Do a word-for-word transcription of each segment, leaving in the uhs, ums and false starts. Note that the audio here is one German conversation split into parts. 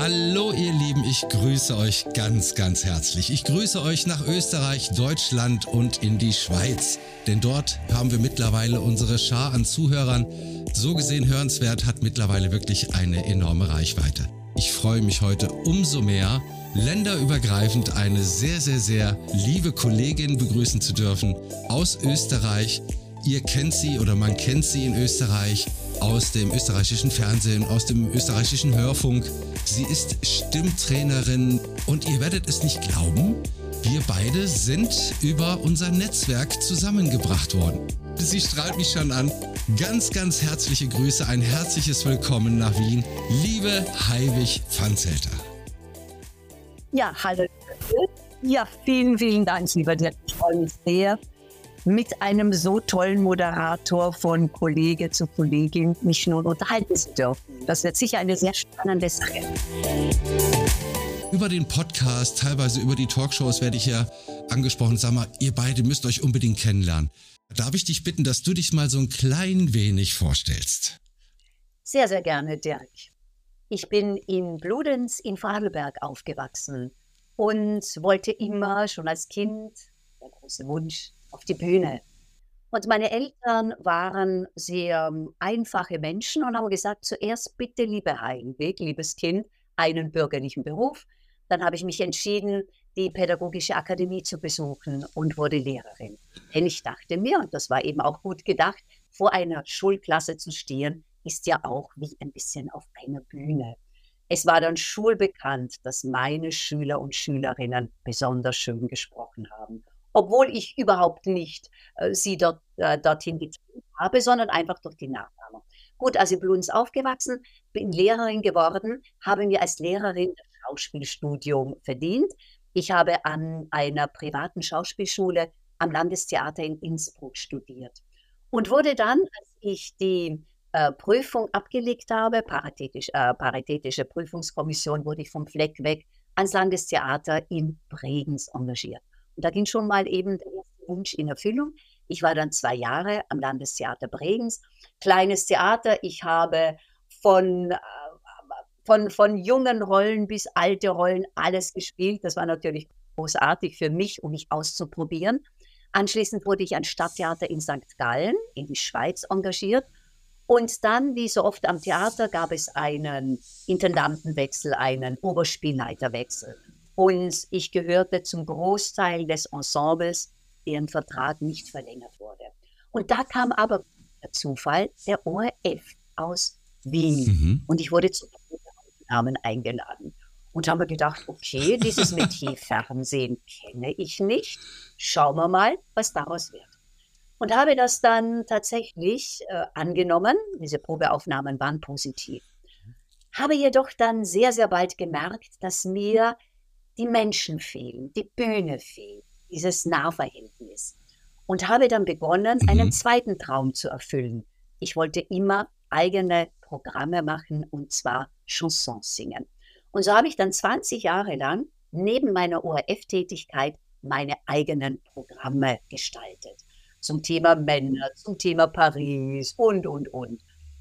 Hallo ihr Lieben, ich grüße euch ganz, ganz herzlich. Ich grüße euch nach Österreich, Deutschland und in die Schweiz. Denn dort haben wir mittlerweile unsere Schar an Zuhörern. So gesehen hörenswert, hat mittlerweile wirklich eine enorme Reichweite. Ich freue mich heute umso mehr, länderübergreifend eine sehr, sehr, sehr liebe Kollegin begrüßen zu dürfen aus Österreich. Ihr kennt sie oder man kennt sie in Österreich aus dem österreichischen Fernsehen, aus dem österreichischen Hörfunk. Sie ist Stimmtrainerin und ihr werdet es nicht glauben, wir beide sind über unser Netzwerk zusammengebracht worden. Sie strahlt mich schon an. Ganz, ganz herzliche Grüße, ein herzliches Willkommen nach Wien, liebe Heiwig Pfanzelter. Ja, hallo. Ja, vielen, vielen Dank, lieber Dirk. Ich freue mich sehr, mit einem so tollen Moderator von Kollege zu Kollegin mich nun unterhalten zu dürfen. Das wird sicher eine sehr spannende Sache. Über den Podcast, teilweise über die Talkshows werde ich ja angesprochen. Sag mal, ihr beide müsst euch unbedingt kennenlernen. Darf ich dich bitten, dass du dich mal so ein klein wenig vorstellst? Sehr, sehr gerne, Dirk. Ich bin in Bludenz in Vorarlberg aufgewachsen und wollte immer schon als Kind, der große Wunsch, auf die Bühne. Und meine Eltern waren sehr einfache Menschen und haben gesagt, zuerst bitte, liebe Heiwig, liebes Kind, einen bürgerlichen Beruf. Dann habe ich mich entschieden, die Pädagogische Akademie zu besuchen und wurde Lehrerin. Denn ich dachte mir, und das war eben auch gut gedacht, vor einer Schulklasse zu stehen, ist ja auch wie ein bisschen auf einer Bühne. Es war dann schulbekannt, dass meine Schüler und Schülerinnen besonders schön gesprochen haben. Obwohl ich überhaupt nicht äh, sie dort, äh, dorthin getrieben habe, sondern einfach durch die Nachahmung. Gut, also in Bludenz aufgewachsen, bin Lehrerin geworden, habe mir als Lehrerin das Schauspielstudium verdient. Ich habe an einer privaten Schauspielschule am Landestheater in Innsbruck studiert und wurde dann, als ich die äh, Prüfung abgelegt habe, paritätisch, äh, paritätische Prüfungskommission, wurde ich vom Fleck weg ans Landestheater in Bregenz engagiert. Und da ging schon mal eben der erste Wunsch in Erfüllung. Ich war dann zwei Jahre am Landestheater Bregenz. Kleines Theater. Ich habe von, äh, von, von jungen Rollen bis alte Rollen alles gespielt. Das war natürlich großartig für mich, um mich auszuprobieren. Anschließend wurde ich ans Stadttheater in Sankt Gallen in die Schweiz engagiert. Und dann, wie so oft am Theater, gab es einen Intendantenwechsel, einen Oberspielleiterwechsel. Und ich gehörte zum Großteil des Ensembles, deren Vertrag nicht verlängert wurde. Und da kam aber der Zufall, der O R F aus Wien. Mhm. Und ich wurde zu Aufnahmen eingeladen. Und haben wir gedacht, okay, dieses Metier Fernsehen kenne ich nicht. Schauen wir mal, was daraus wird. Und habe das dann tatsächlich äh, angenommen. Diese Probeaufnahmen waren positiv. Habe jedoch dann sehr, sehr bald gemerkt, dass mir die Menschen fehlen, die Bühne fehlt, dieses Nahverhältnis. Und habe dann begonnen, mhm. einen zweiten Traum zu erfüllen. Ich wollte immer eigene Programme machen und zwar Chansons singen. Und so habe ich dann zwanzig Jahre lang neben meiner O R F-Tätigkeit meine eigenen Programme gestaltet. Zum Thema Männer, zum Thema Paris und, und, und.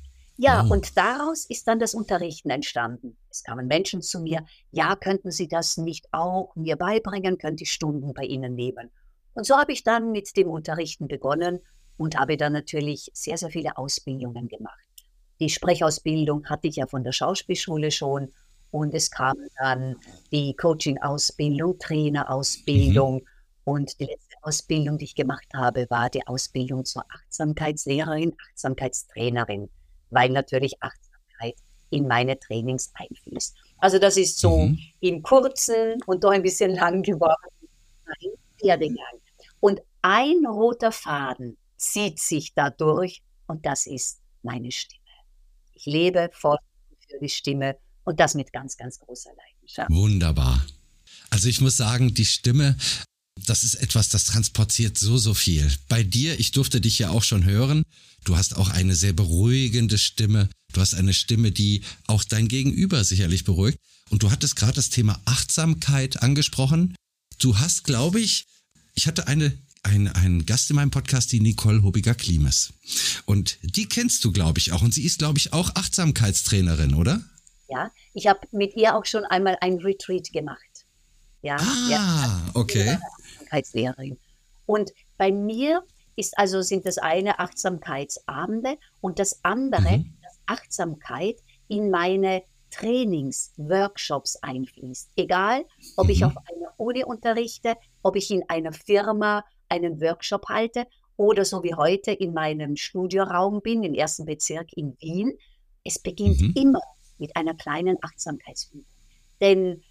Ja, oh. Und daraus ist dann das Unterrichten entstanden. Es kamen Menschen zu mir, ja, könnten Sie das nicht auch mir beibringen, könnte ich Stunden bei Ihnen nehmen. Und so habe ich dann mit dem Unterrichten begonnen und habe dann natürlich sehr, sehr viele Ausbildungen gemacht. Die Sprechausbildung hatte ich ja von der Schauspielschule schon und es kam dann die Coaching-Ausbildung, Trainerausbildung mhm. und die letzte Ausbildung, die ich gemacht habe, war die Ausbildung zur Achtsamkeitslehrerin, Achtsamkeitstrainerin, weil natürlich Achtsamkeit in meine Trainings einfließt. Also das ist so mhm. im Kurzen und doch ein bisschen lang geworden, mein Werdegang. Und ein roter Faden zieht sich dadurch und das ist meine Stimme. Ich lebe voll für die Stimme und das mit ganz, ganz großer Leidenschaft. Wunderbar. Also ich muss sagen, die Stimme, das ist etwas, das transportiert so, so viel. Bei dir, ich durfte dich ja auch schon hören, du hast auch eine sehr beruhigende Stimme. Du hast eine Stimme, die auch dein Gegenüber sicherlich beruhigt. Und du hattest gerade das Thema Achtsamkeit angesprochen. Du hast, glaube ich, ich hatte eine, eine, einen Gast in meinem Podcast, die Nicole Hobiger-Klimes. Und die kennst du, glaube ich, auch. Und sie ist, glaube ich, auch Achtsamkeitstrainerin, oder? Ja, ich habe mit ihr auch schon einmal ein Retreat gemacht. Ja, ja, Ah, okay. Achtsamkeitslehrerin. Und bei mir ist also sind das eine Achtsamkeitsabende und das andere, Mhm. dass Achtsamkeit in meine Trainings, Workshops einfließt. Egal, ob ich auf Mhm. einer Uni unterrichte, ob ich in einer Firma einen Workshop halte oder so wie heute in meinem Studioraum bin, im ersten Bezirk in Wien. Es beginnt Mhm. immer mit einer kleinen Achtsamkeitsübung. Denn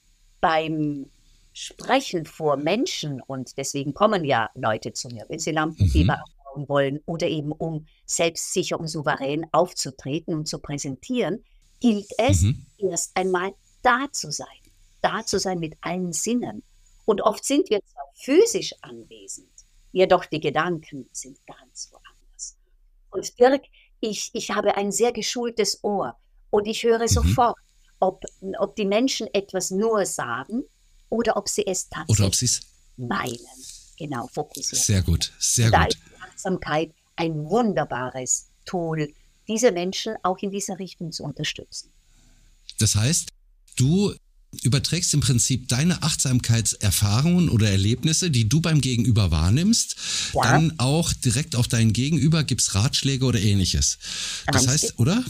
beim Sprechen vor Menschen, und deswegen kommen ja Leute zu mir, wenn sie Lampenfieber Mhm. abbauen wollen oder eben um selbstsicher und souverän aufzutreten und zu präsentieren, gilt es Mhm. erst einmal da zu sein. Da zu sein mit allen Sinnen. Und oft sind wir zwar physisch anwesend, jedoch die Gedanken sind ganz woanders. Und Dirk, ich, ich habe ein sehr geschultes Ohr und ich höre Mhm. sofort, ob, ob die Menschen etwas nur sagen oder ob sie es Oder ob sie tatsächlich es. meinen. Genau, fokussiert Sehr meinen. gut, sehr Und da ist gut. die Achtsamkeit ein wunderbares Tool, diese Menschen auch in dieser Richtung zu unterstützen. Das heißt, du überträgst im Prinzip deine Achtsamkeitserfahrungen oder Erlebnisse, die du beim Gegenüber wahrnimmst, Ja, dann auch direkt auf dein Gegenüber, gibst Ratschläge oder ähnliches. Das ganz genau. heißt, oder?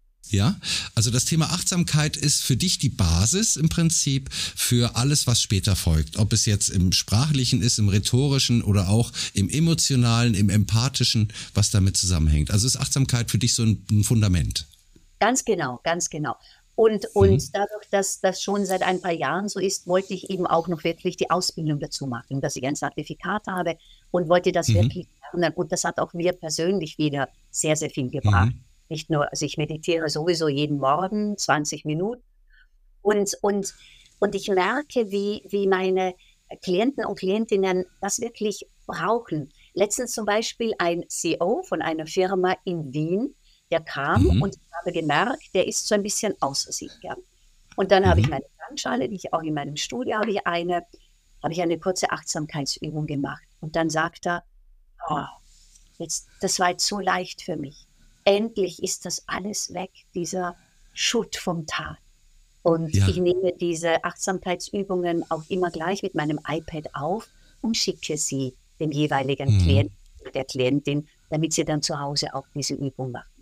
Ja, also das Thema Achtsamkeit ist für dich die Basis im Prinzip für alles, was später folgt. Ob es jetzt im Sprachlichen ist, im Rhetorischen oder auch im Emotionalen, im Empathischen, was damit zusammenhängt. Also ist Achtsamkeit für dich so ein, ein Fundament. Ganz genau, ganz genau. Und, Mhm. und dadurch, dass das schon seit ein paar Jahren so ist, wollte ich eben auch noch wirklich die Ausbildung dazu machen, dass ich ein Zertifikat habe und wollte das Mhm. wirklich lernen. Und das hat auch mir persönlich wieder sehr, sehr viel gebracht. Mhm. Nicht nur, also ich meditiere sowieso jeden Morgen zwanzig Minuten und, und, und ich merke, wie, wie meine Klienten und Klientinnen das wirklich brauchen. Letztens zum Beispiel ein C E O von einer Firma in Wien, der kam Mhm. und ich habe gemerkt, der ist so ein bisschen außer sich. Ja. Und dann habe ich Mhm. meine Klangschale, die ich auch in meinem Studio habe, ich eine, habe ich eine kurze Achtsamkeitsübung gemacht. Und dann sagt er, oh, jetzt, das war jetzt so leicht für mich. Endlich ist das alles weg, dieser Schutt vom Tag. Und ich Ja. nehme diese Achtsamkeitsübungen auch immer gleich mit meinem iPad auf und schicke sie dem jeweiligen Mhm. Klienten oder der Klientin, damit sie dann zu Hause auch diese Übung machen.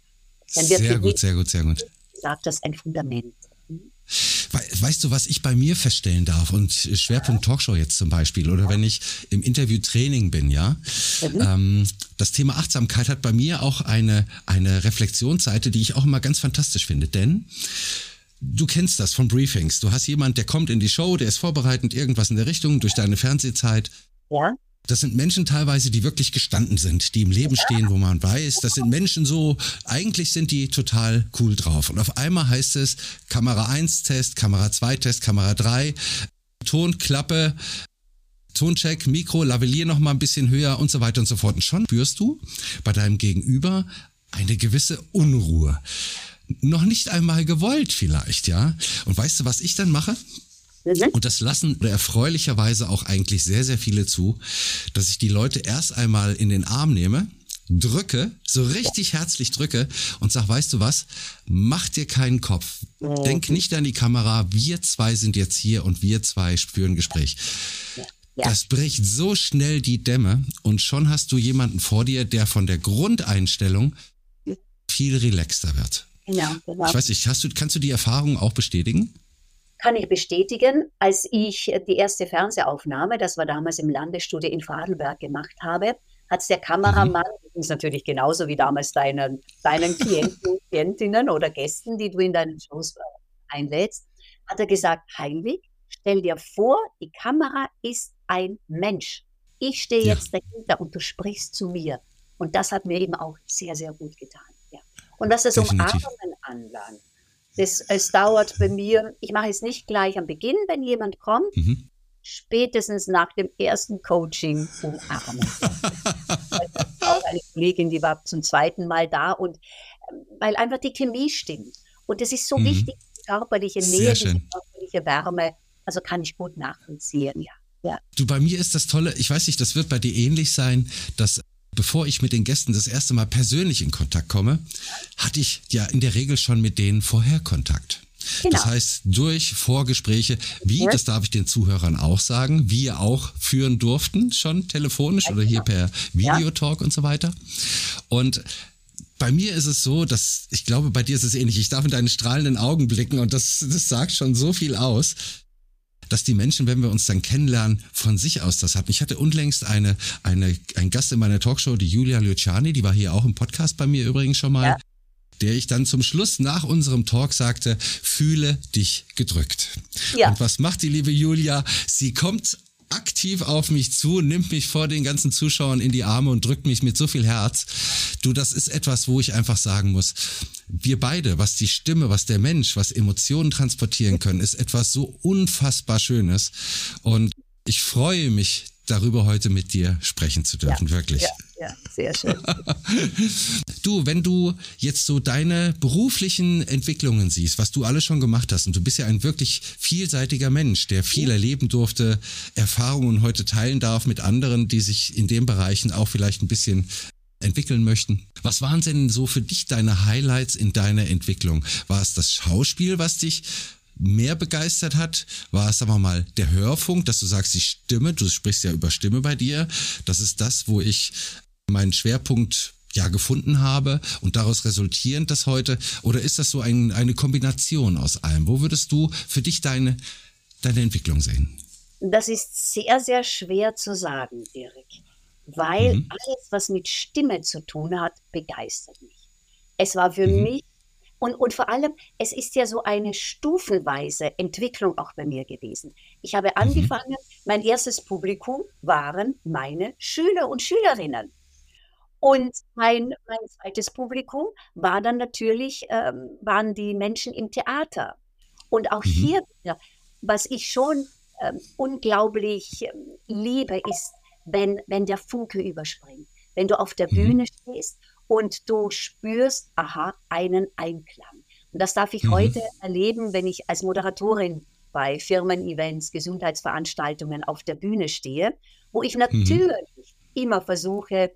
Dann wird für Sehr die, gut, sehr gut, sehr gut. sagt das ein Fundament. Mhm. Weißt du, was ich bei mir feststellen darf und Schwerpunkt Talkshow jetzt zum Beispiel oder wenn ich im Interviewtraining bin, ja, Mhm. ähm, das Thema Achtsamkeit hat bei mir auch eine, eine Reflexionsseite, die ich auch immer ganz fantastisch finde, denn du kennst das von Briefings. Du hast jemand, der kommt in die Show, der ist vorbereitend, irgendwas in der Richtung durch deine Fernsehzeit. Ja, Das sind Menschen teilweise, die wirklich gestanden sind, die im Leben stehen, wo man weiß, das sind Menschen so, eigentlich sind die total cool drauf. Und auf einmal heißt es Kamera eins Test, Kamera zwei Test, Kamera drei, Tonklappe, Toncheck, Mikro, lavellier noch mal ein bisschen höher und so weiter und so fort. Und schon spürst du bei deinem Gegenüber eine gewisse Unruhe. Noch nicht einmal gewollt vielleicht, ja. Und weißt du, was ich dann mache? mhm. Und das lassen erfreulicherweise auch eigentlich sehr, sehr viele zu, dass ich die Leute erst einmal in den Arm nehme, drücke, so richtig herzlich drücke und sag, weißt du was, mach dir keinen Kopf. Denk Mhm. nicht an die Kamera, wir zwei sind jetzt hier und wir zwei spüren Gespräch. Ja, ja, Das bricht so schnell die Dämme und schon hast du jemanden vor dir, der von der Grundeinstellung viel relaxter wird. genau, Ich genau. weiß nicht, hast du, kannst du die Erfahrung auch bestätigen? Kann ich bestätigen, als ich die erste Fernsehaufnahme, das war damals im Landesstudio in Vorarlberg gemacht habe, hat der Mhm. Kameramann, das ist natürlich genauso wie damals deinen, deinen Klienten, Klientinnen oder Gästen, die du in deinen Shows äh, einlädst, hat er gesagt, Heinrich, stell dir vor, die Kamera ist ein Mensch. Ich stehe Ja, jetzt dahinter und du sprichst zu mir. Und das hat mir eben auch sehr, sehr gut getan. Ja. Und was das definitiv. Umarmen anlangt, das, es dauert bei mir, ich mache es nicht gleich am Beginn, wenn jemand kommt, Mhm. spätestens nach dem ersten Coaching umarmen. Auch eine Kollegin, die war zum zweiten Mal da und ähm, weil einfach die Chemie stimmt. Und es ist so Mhm. wichtig, die körperliche Sehr Nähe, diese schön. körperliche Wärme, also kann ich gut nachvollziehen, ja. Ja. Du, bei mir ist das Tolle, ich weiß nicht, das wird bei dir ähnlich sein, dass bevor ich mit den Gästen das erste Mal persönlich in Kontakt komme, hatte ich ja in der Regel schon mit denen vorher Kontakt. Genau. Das heißt, durch Vorgespräche, wie, ja. das darf ich den Zuhörern auch sagen, wir auch führen durften, schon telefonisch ja, oder hier genau. per Videotalk ja. und so weiter. Und bei mir ist es so, dass, ich glaube, bei dir ist es ähnlich. Ich darf in deine strahlenden Augen blicken und das, das sagt schon so viel aus, dass die Menschen, wenn wir uns dann kennenlernen, von sich aus das hatten. Ich hatte unlängst eine, eine, einen Gast in meiner Talkshow, die Julia Luciani, die war hier auch im Podcast bei mir übrigens schon mal, ja. der ich dann zum Schluss nach unserem Talk sagte, fühle dich gedrückt. Ja. Und was macht die liebe Julia? Sie kommt aktiv auf mich zu, nimmt mich vor den ganzen Zuschauern in die Arme und drückt mich mit so viel Herz. Du, das ist etwas, wo ich einfach sagen muss, wir beide, was die Stimme, was der Mensch, was Emotionen transportieren können, ist etwas so unfassbar Schönes. Und ich freue mich darüber, heute mit dir sprechen zu dürfen, ja, wirklich. Ja, ja, sehr schön. Du, wenn du jetzt so deine beruflichen Entwicklungen siehst, was du alles schon gemacht hast, und du bist ja ein wirklich vielseitiger Mensch, der viel erleben durfte, Erfahrungen heute teilen darf mit anderen, die sich in den Bereichen auch vielleicht ein bisschen entwickeln möchten. Was waren denn so für dich deine Highlights in deiner Entwicklung? War es das Schauspiel, was dich mehr begeistert hat? War es, sagen wir mal, der Hörfunk, dass du sagst, die Stimme, du sprichst ja über Stimme bei dir, das ist das, wo ich meinen Schwerpunkt ja gefunden habe und daraus resultierend das heute, oder ist das so ein, eine Kombination aus allem? Wo würdest du für dich deine, deine Entwicklung sehen? Das ist sehr, sehr schwer zu sagen, Erik, weil mhm. alles, was mit Stimme zu tun hat, begeistert mich. Es war für mhm. mich Und, und vor allem, es ist ja so eine stufenweise Entwicklung auch bei mir gewesen. Ich habe angefangen, mhm. mein erstes Publikum waren meine Schüler und Schülerinnen. Und mein, mein zweites Publikum war dann natürlich, ähm, waren die Menschen im Theater. Und auch mhm. hier, was ich schon ähm, unglaublich ähm, liebe, ist, wenn, wenn der Funke überspringt. Wenn du auf der mhm. Bühne stehst und du spürst, aha, einen Einklang. Und das darf ich mhm. heute erleben, wenn ich als Moderatorin bei Firmen-Events, Gesundheitsveranstaltungen auf der Bühne stehe, wo ich natürlich mhm. immer versuche,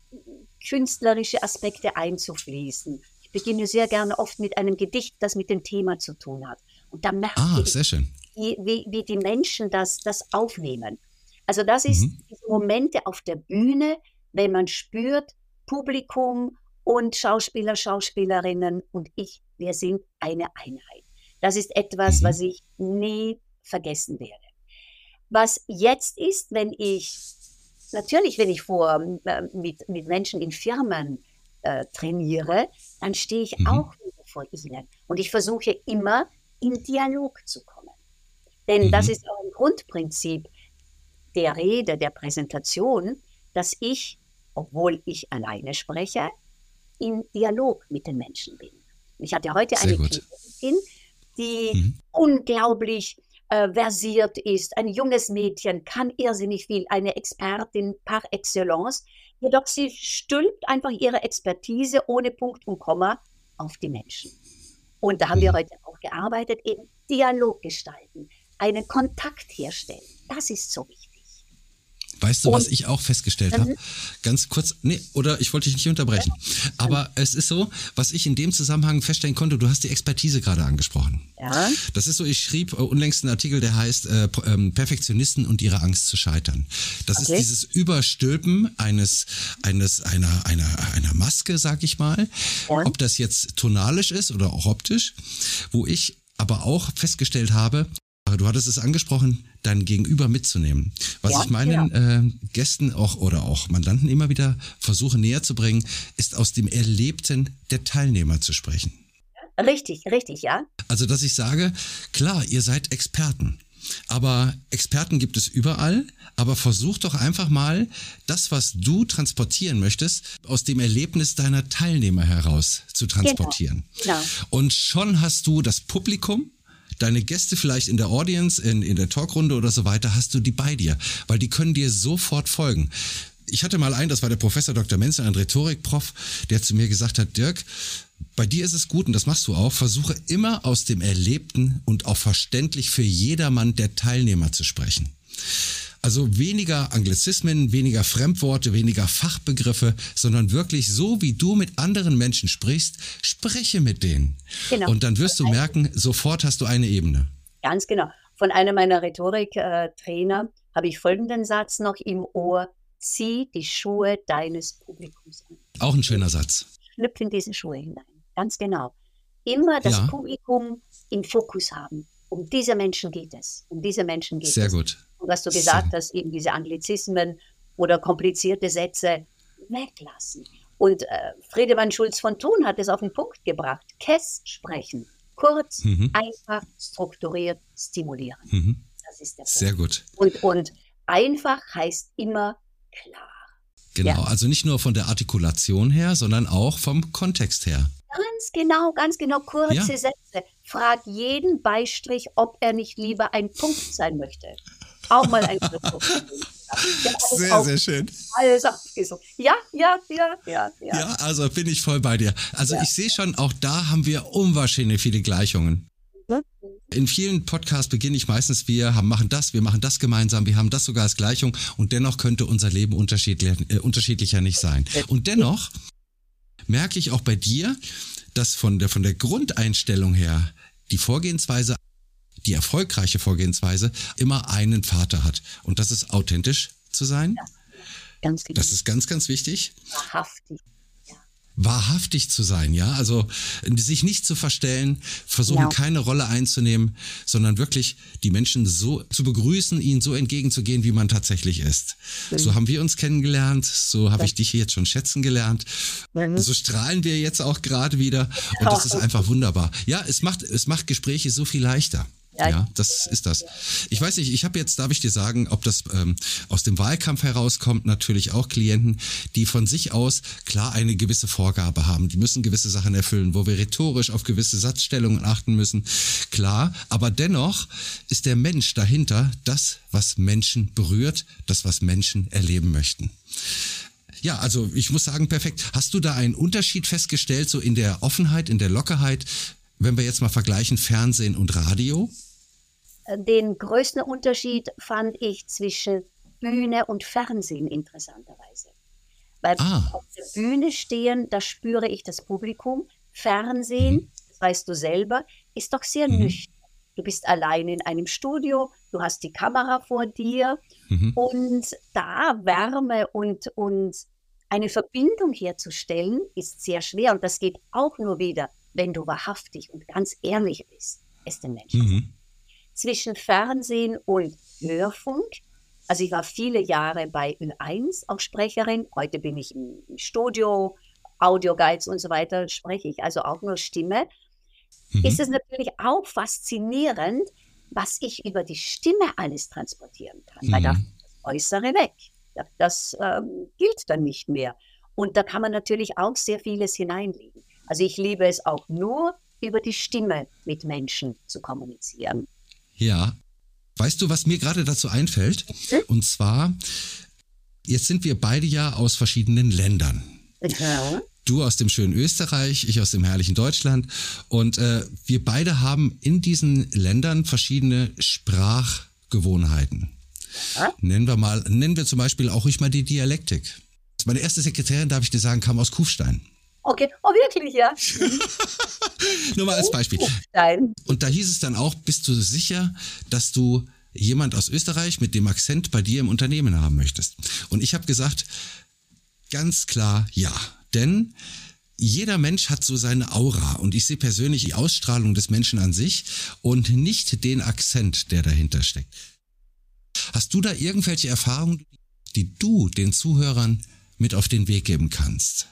künstlerische Aspekte einzufließen. Ich beginne sehr gerne oft mit einem Gedicht, das mit dem Thema zu tun hat. Und da merke ah, ich, sehr schön. Wie, wie, wie die Menschen das, das aufnehmen. Also das ist mhm. diese Momente auf der Bühne, wenn man spürt, Publikum und Schauspieler, Schauspielerinnen und ich, wir sind eine Einheit. Das ist etwas, mhm. was ich nie vergessen werde. Was jetzt ist, wenn ich, natürlich, wenn ich vor, äh, mit, mit Menschen in Firmen äh, trainiere, dann stehe ich mhm. auch wieder vor ihnen. Und ich versuche immer, in Dialog zu kommen. Denn mhm. das ist auch ein Grundprinzip der Rede, der Präsentation, dass ich, obwohl ich alleine spreche, in Dialog mit den Menschen bin. Ich hatte heute Sehr eine Klientin, die mhm. unglaublich äh, versiert ist, ein junges Mädchen, kann irrsinnig viel, eine Expertin par excellence, jedoch sie stülpt einfach ihre Expertise ohne Punkt und Komma auf die Menschen. Und da haben mhm. wir heute auch gearbeitet, eben Dialog gestalten, einen Kontakt herstellen. Das ist so wichtig. Weißt du, und, was ich auch festgestellt habe? Ganz kurz, nee, oder ich wollte dich nicht unterbrechen. Aber es ist so, was ich in dem Zusammenhang feststellen konnte, du hast die Expertise gerade angesprochen. Ja. Das ist so, ich schrieb unlängst einen Artikel, der heißt äh, Perfektionisten und ihre Angst zu scheitern. Das okay. ist dieses Überstülpen eines, eines, einer, einer, einer Maske, sag ich mal. Ja. Ob das jetzt tonalisch ist oder auch optisch, wo ich aber auch festgestellt habe, du hattest es angesprochen, dein Gegenüber mitzunehmen. Was ja, ich meinen ja. äh, Gästen auch oder auch Mandanten immer wieder versuche näher zu bringen, ist aus dem Erlebten der Teilnehmer zu sprechen. Richtig, richtig, ja. Also, dass ich sage, klar, ihr seid Experten. Aber Experten gibt es überall, aber versuch doch einfach mal, das, was du transportieren möchtest, aus dem Erlebnis deiner Teilnehmer heraus zu transportieren. Genau. Genau. Und schon hast du das Publikum, deine Gäste vielleicht in der Audience, in, in der Talkrunde oder so weiter, hast du die bei dir, weil die können dir sofort folgen. Ich hatte mal einen, das war der Professor Doktor Menzel, ein Rhetorikprof, der zu mir gesagt hat, Dirk, bei dir ist es gut und das machst du auch, versuche immer aus dem Erlebten und auch verständlich für jedermann der Teilnehmer zu sprechen. Also weniger Anglizismen, weniger Fremdworte, weniger Fachbegriffe, sondern wirklich so, wie du mit anderen Menschen sprichst, spreche mit denen. Genau. Und dann wirst du merken, sofort hast du eine Ebene. Ganz genau. Von einem meiner Rhetoriktrainer äh, habe ich folgenden Satz noch im Ohr: Zieh die Schuhe deines Publikums an. Auch ein schöner Satz. Schlüpf in diese Schuhe hinein. Ganz genau. Immer das Ja. Publikum im Fokus haben. Um diese Menschen geht es. Um diese Menschen geht Sehr es. gut. Und was du gesagt hast, eben diese Anglizismen oder komplizierte Sätze weglassen. Und äh, Friedemann Schulz von Thun hat es auf den Punkt gebracht. K E S sprechen. Kurz, Mhm. einfach, strukturiert, stimulieren. Mhm. Das ist der Sehr Punkt. gut. Und, und einfach heißt immer klar. Genau, Ja. also nicht nur von der Artikulation her, sondern auch vom Kontext her. Ganz genau, ganz genau, kurze Ja. Sätze. Frag jeden Beistrich, ob er nicht lieber ein Punkt sein möchte. Auch mal ein Punkt. Ja, alles Sehr, auf- sehr schön. Alles abgesucht. Ja, ja, ja, ja, ja. Ja, also bin ich voll bei dir. Also Ja. ich sehe schon, auch da haben wir unwahrscheinlich viele Gleichungen. Mhm. In vielen Podcasts beginne ich meistens, wir haben, machen das, wir machen das gemeinsam, wir haben das sogar als Gleichung und dennoch könnte unser Leben unterschiedlich, äh, unterschiedlicher nicht sein. Und dennoch merke ich auch bei dir, dass von der, von der Grundeinstellung her die Vorgehensweise, die erfolgreiche Vorgehensweise immer einen Vater hat. Und das ist authentisch zu sein. Ganz genau. Das ist ganz, ganz wichtig. Wahrhaftig. Wahrhaftig zu sein, ja, also sich nicht zu verstellen, versuchen Genau. keine Rolle einzunehmen, sondern wirklich die Menschen so zu begrüßen, ihnen so entgegenzugehen, wie man tatsächlich ist. Mhm. So haben wir uns kennengelernt, so habe ich dich jetzt schon schätzen gelernt, Mhm. so strahlen wir jetzt auch gerade wieder und das ist einfach wunderbar. Ja, es macht, es macht Gespräche so viel leichter. Ja. Ja, das ist das. Ich weiß nicht, ich habe jetzt, darf ich dir sagen, ob das ähm, aus dem Wahlkampf herauskommt, natürlich auch Klienten, die von sich aus klar eine gewisse Vorgabe haben. Die müssen gewisse Sachen erfüllen, wo wir rhetorisch auf gewisse Satzstellungen achten müssen. Klar, aber dennoch ist der Mensch dahinter das, was Menschen berührt, das, was Menschen erleben möchten. Ja, also ich muss sagen, perfekt. Hast du da einen Unterschied festgestellt, so in der Offenheit, in der Lockerheit, wenn wir jetzt mal vergleichen Fernsehen und Radio? Den größten Unterschied fand ich zwischen Bühne und Fernsehen interessanterweise. Weil Ah. auf der Bühne stehen, da spüre ich das Publikum. Fernsehen, Mhm. das weißt du selber, ist doch sehr Mhm. nüchtern. Du bist allein in einem Studio, du hast die Kamera vor dir Mhm. und da Wärme und, und eine Verbindung herzustellen, ist sehr schwer. Und das geht auch nur wieder, wenn du wahrhaftig und ganz ehrlich bist, es den Menschen sagst. Mhm. Zwischen Fernsehen und Hörfunk. Also ich war viele Jahre bei Ö eins auch Sprecherin. Heute bin ich im im Studio, Audioguides und so weiter, spreche ich also auch nur Stimme. Mhm. Ist es natürlich auch faszinierend, was ich über die Stimme alles transportieren kann. Weil da Mhm. ist das Äußere weg. Das, das ähm, gilt dann nicht mehr. Und da kann man natürlich auch sehr vieles hineinlegen. Also ich liebe es auch nur, über die Stimme mit Menschen zu kommunizieren. Ja. Weißt du, was mir gerade dazu einfällt? Und zwar, jetzt sind wir beide ja aus verschiedenen Ländern. Ja. Du aus dem schönen Österreich, ich aus dem herrlichen Deutschland. Und äh, wir beide haben in diesen Ländern verschiedene Sprachgewohnheiten. Ja. Nennen wir mal, nennen wir zum Beispiel auch ruhig mal die Dialektik. Meine erste Sekretärin, darf ich dir sagen, kam aus Kufstein. Okay, oh wirklich, ja. Nur mal als Beispiel. Nein. Und da hieß es dann auch, bist du sicher, dass du jemand aus Österreich mit dem Akzent bei dir im Unternehmen haben möchtest? Und ich habe gesagt, ganz klar ja. Denn jeder Mensch hat so seine Aura und ich sehe persönlich die Ausstrahlung des Menschen an sich und nicht den Akzent, der dahinter steckt. Hast du da irgendwelche Erfahrungen, die du den Zuhörern mit auf den Weg geben kannst?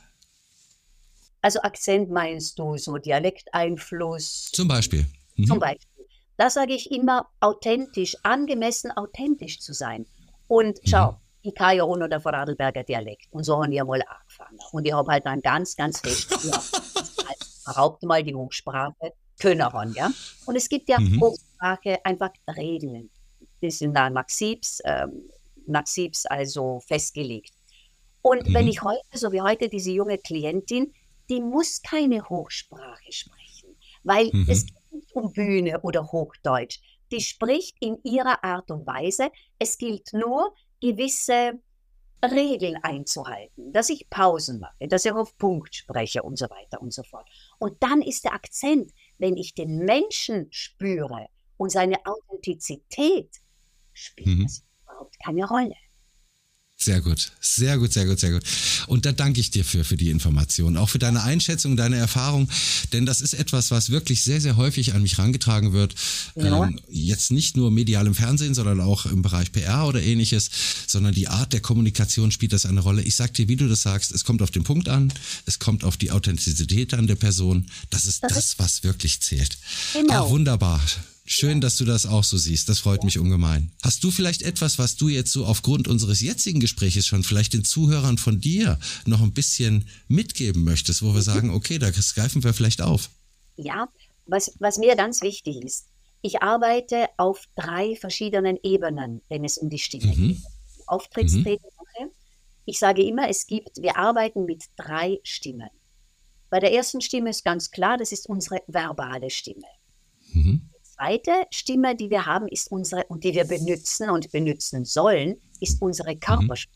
Also Akzent meinst du, so Dialekteinfluss Zum Beispiel. Mhm. zum Beispiel. Da sage ich immer, authentisch, angemessen authentisch zu sein. Und schau, ich kann ja auch noch der Vorarlberger Dialekt und so haben wir mal angefangen. Und ich habe halt dann ganz, ganz fest, ja, behaupte mal die Hochsprache, können haben, ja. Und es gibt ja Mhm. Hochsprache einfach Regeln. Die sind dann Maxibs, ähm, Maxibs also festgelegt. Und Mhm. wenn ich heute, so wie heute, diese junge Klientin, die muss keine Hochsprache sprechen, weil Mhm. es geht nicht um Bühne oder Hochdeutsch. die spricht in ihrer Art und Weise. Es gilt nur, gewisse Regeln einzuhalten, dass ich Pausen mache, dass ich auf Punkt spreche und so weiter und so fort. Und dann ist der Akzent, wenn ich den Menschen spüre und seine Authentizität, spielt Mhm. das überhaupt keine Rolle. Sehr gut, sehr gut, sehr gut, sehr gut. Und da danke ich dir für, für die Information, auch für deine Einschätzung, deine Erfahrung, denn das ist etwas, was wirklich sehr, sehr häufig an mich herangetragen wird. Ja. Ähm, jetzt nicht nur medial im Fernsehen, sondern auch im Bereich P R oder ähnliches, sondern die Art der Kommunikation spielt das eine Rolle. Ich sag dir, wie du das sagst, es kommt auf den Punkt an, es kommt auf die Authentizität an der Person. Das ist das, Das was wirklich zählt. Genau. Ah, wunderbar. Schön, dass du das auch so siehst. Das freut mich ungemein. Hast du vielleicht etwas, was du jetzt so aufgrund unseres jetzigen Gespräches schon vielleicht den Zuhörern von dir noch ein bisschen mitgeben möchtest, wo wir sagen, okay, da greifen wir vielleicht auf? Ja, was, was mir ganz wichtig ist, ich arbeite auf drei verschiedenen Ebenen, wenn es um die Stimme Mhm. geht. Auftrittstraining mache. Ich sage immer, es gibt, wir arbeiten mit drei Stimmen. Bei der ersten Stimme ist ganz klar, das ist unsere verbale Stimme. Mhm. Die zweite Stimme, die wir haben, ist unsere, und die wir benutzen und benutzen sollen, ist unsere Körpersprache.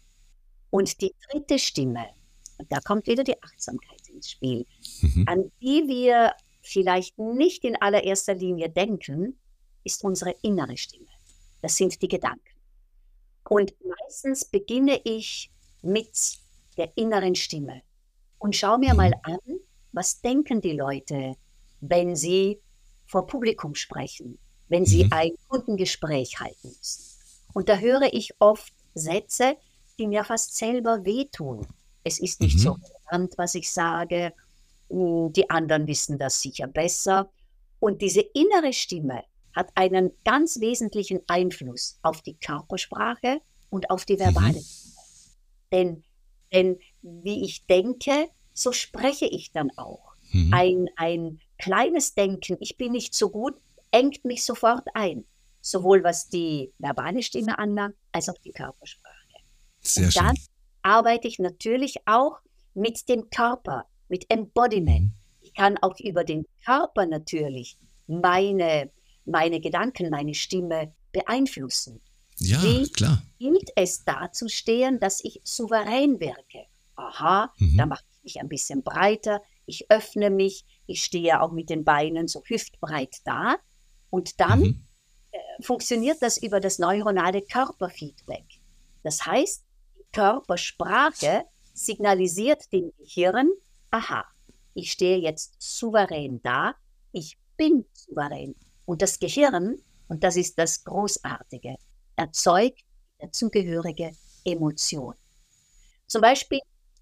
Und die dritte Stimme, und da kommt wieder die Achtsamkeit ins Spiel, Mhm. an die wir vielleicht nicht in allererster Linie denken, ist unsere innere Stimme. Das sind die Gedanken. Und meistens beginne ich mit der inneren Stimme und schaue mir mal an, was denken die Leute, wenn sie vor Publikum sprechen, wenn sie Mhm. ein Kundengespräch halten müssen. Und da höre ich oft Sätze, die mir fast selber wehtun. Es ist nicht Mhm. so relevant, was ich sage. Mm, Die anderen wissen das sicher besser. Und diese innere Stimme hat einen ganz wesentlichen Einfluss auf die Körpersprache und auf die verbale Mhm. Stimme. Denn, denn wie ich denke, so spreche ich dann auch. Mhm. Ein, ein kleines Denken, ich bin nicht so gut, engt mich sofort ein. Sowohl was die verbale Stimme anlangt, als auch die Körpersprache. Sehr Und dann schön. arbeite ich natürlich auch mit dem Körper, mit Embodiment. Mhm. Ich kann auch über den Körper natürlich meine, meine Gedanken, meine Stimme beeinflussen. Ja, Wie klar. gilt es dazustehen, dass ich souverän wirke? Aha, Mhm. da mache ich mich ein bisschen breiter, ich öffne mich, ich stehe auch mit den Beinen so hüftbreit da und dann Mhm. funktioniert das über das neuronale Körperfeedback. Das heißt, die Körpersprache signalisiert dem Gehirn, aha, ich stehe jetzt souverän da, ich bin souverän. Und das Gehirn, und das ist das Großartige, erzeugt die dazugehörige Emotion. Zum Beispiel,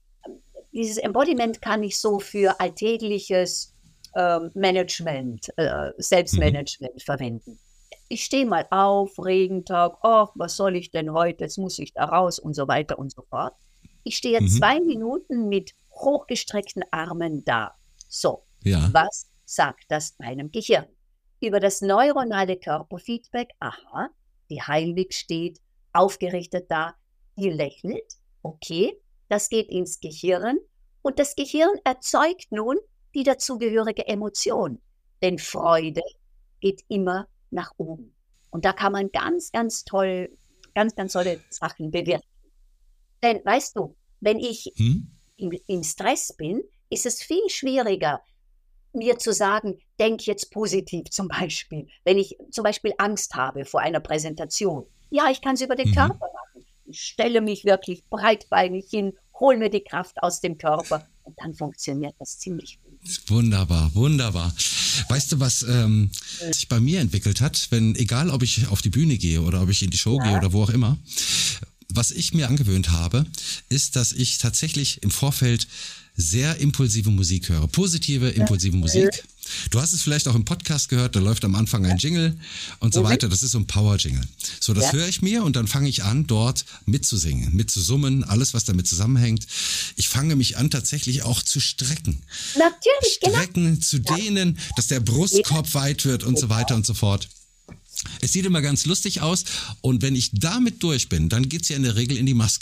dieses Embodiment kann ich so für alltägliches ähm, Management, äh, Selbstmanagement verwenden. Ich stehe mal auf, Regentag, oh, was soll ich denn heute, jetzt muss ich da raus und so weiter und so fort. Ich stehe Mhm. zwei Minuten mit hochgestreckten Armen da. So, Ja. was sagt das meinem Gehirn? Über das neuronale Körperfeedback, aha, die Heilwig steht aufgerichtet da, die lächelt, okay, das geht ins Gehirn und das Gehirn erzeugt nun die dazugehörige Emotion, denn Freude geht immer nach oben. Und da kann man ganz, ganz toll, ganz, ganz tolle Sachen bewirken. Denn weißt du, wenn ich Mhm. im, im Stress bin, ist es viel schwieriger, mir zu sagen, denk jetzt positiv zum Beispiel. Wenn ich zum Beispiel Angst habe vor einer Präsentation. Ja, ich kann es über den Mhm. Körper machen. Ich stelle mich wirklich breitbeinig hin, hole mir die Kraft aus dem Körper und dann funktioniert das ziemlich gut. Wunderbar, wunderbar. Weißt du, was ähm, sich bei mir entwickelt hat, wenn, egal ob ich auf die Bühne gehe oder ob ich in die Show Ja. gehe oder wo auch immer, was ich mir angewöhnt habe, ist, dass ich tatsächlich im Vorfeld sehr impulsive Musik höre. Positive, impulsive Musik. Du hast es vielleicht auch im Podcast gehört, da läuft am Anfang ein Jingle und so Mhm. weiter. Das ist so ein Power-Jingle. So, das Ja. höre ich mir und dann fange ich an, dort mitzusingen, mitzusummen, alles, was damit zusammenhängt. Ich fange mich an, tatsächlich auch zu strecken. Natürlich, genau. Strecken, zu dehnen, dass der Brustkorb weit wird und so weiter und so fort. Es sieht immer ganz lustig aus und wenn ich damit durch bin, dann geht's ja in der Regel in die Maske.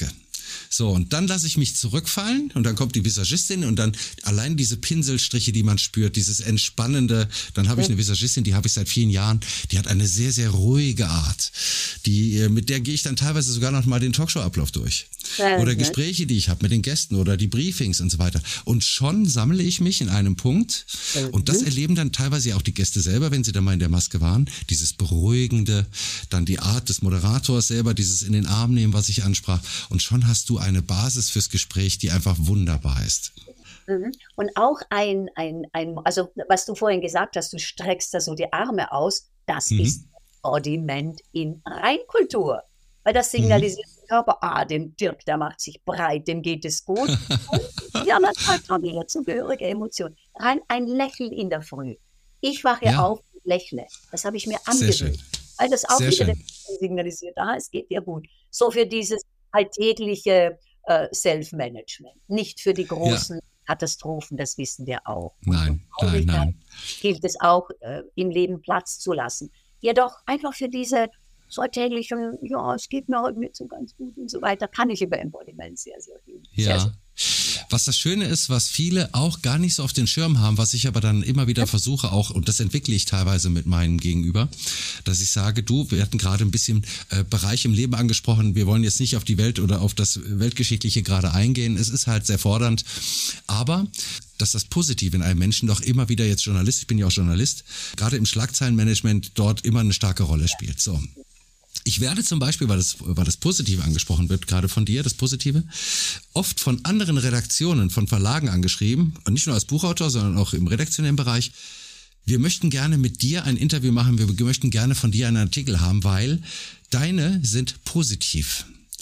So, und dann lasse ich mich zurückfallen und dann kommt die Visagistin und dann allein diese Pinselstriche, die man spürt, dieses Entspannende. Dann habe ich eine Visagistin, die habe ich seit vielen Jahren, die hat eine sehr, sehr ruhige Art. Die, mit der gehe ich dann teilweise sogar noch mal den Talkshow-Ablauf durch. Ja, oder Gespräche, die ich habe mit den Gästen oder die Briefings und so weiter. Und schon sammle ich mich in einem Punkt und das erleben dann teilweise auch die Gäste selber, wenn sie dann mal in der Maske waren. Dieses Beruhigende, dann die Art des Moderators selber, dieses in den Arm nehmen, was ich ansprach. Und schon hast du eine Basis fürs Gespräch, die einfach wunderbar ist. Und auch ein, ein, ein, also was du vorhin gesagt hast, du streckst da so die Arme aus, das mhm. ist Embodiment in Reinkultur. Weil das signalisiert mhm. der Körper, ah, dem Dirk, der macht sich breit, dem geht es gut. Und ja, natürlich haben wir dazugehörige Emotionen. Rein ein Lächeln in der Früh. Ich wache ja. auf und lächle. Das habe ich mir angewöhnt. Weil das auch Sehr wieder schön. signalisiert, ah, es geht dir gut. So für dieses alltägliche äh, Self-Management. Nicht für die großen ja. Katastrophen, das wissen wir auch. Nein, nein, nein. Gilt es auch, äh, im Leben Platz zu lassen. Jedoch einfach für diese so alltäglichen, ja, es geht mir heute nicht so ganz gut und so weiter, kann ich über Embodiment sehr, sehr viel. Ja. Sehr, was das Schöne ist, was viele auch gar nicht so auf den Schirm haben, was ich aber dann immer wieder versuche auch, und das entwickle ich teilweise mit meinem Gegenüber, dass ich sage, du, wir hatten gerade ein bisschen äh, Bereich im Leben angesprochen, wir wollen jetzt nicht auf die Welt oder auf das Weltgeschichtliche gerade eingehen, es ist halt sehr fordernd, aber dass das Positive in einem Menschen doch immer wieder jetzt Journalist, ich bin ja auch Journalist, gerade im Schlagzeilenmanagement dort immer eine starke Rolle spielt. So. Ich werde zum Beispiel, weil das, weil das Positive angesprochen wird, gerade von dir, das Positive, oft von anderen Redaktionen, von Verlagen angeschrieben, und nicht nur als Buchautor, sondern auch im redaktionellen Bereich. Wir möchten gerne mit dir ein Interview machen, wir möchten gerne von dir einen Artikel haben, weil deine sind positiv.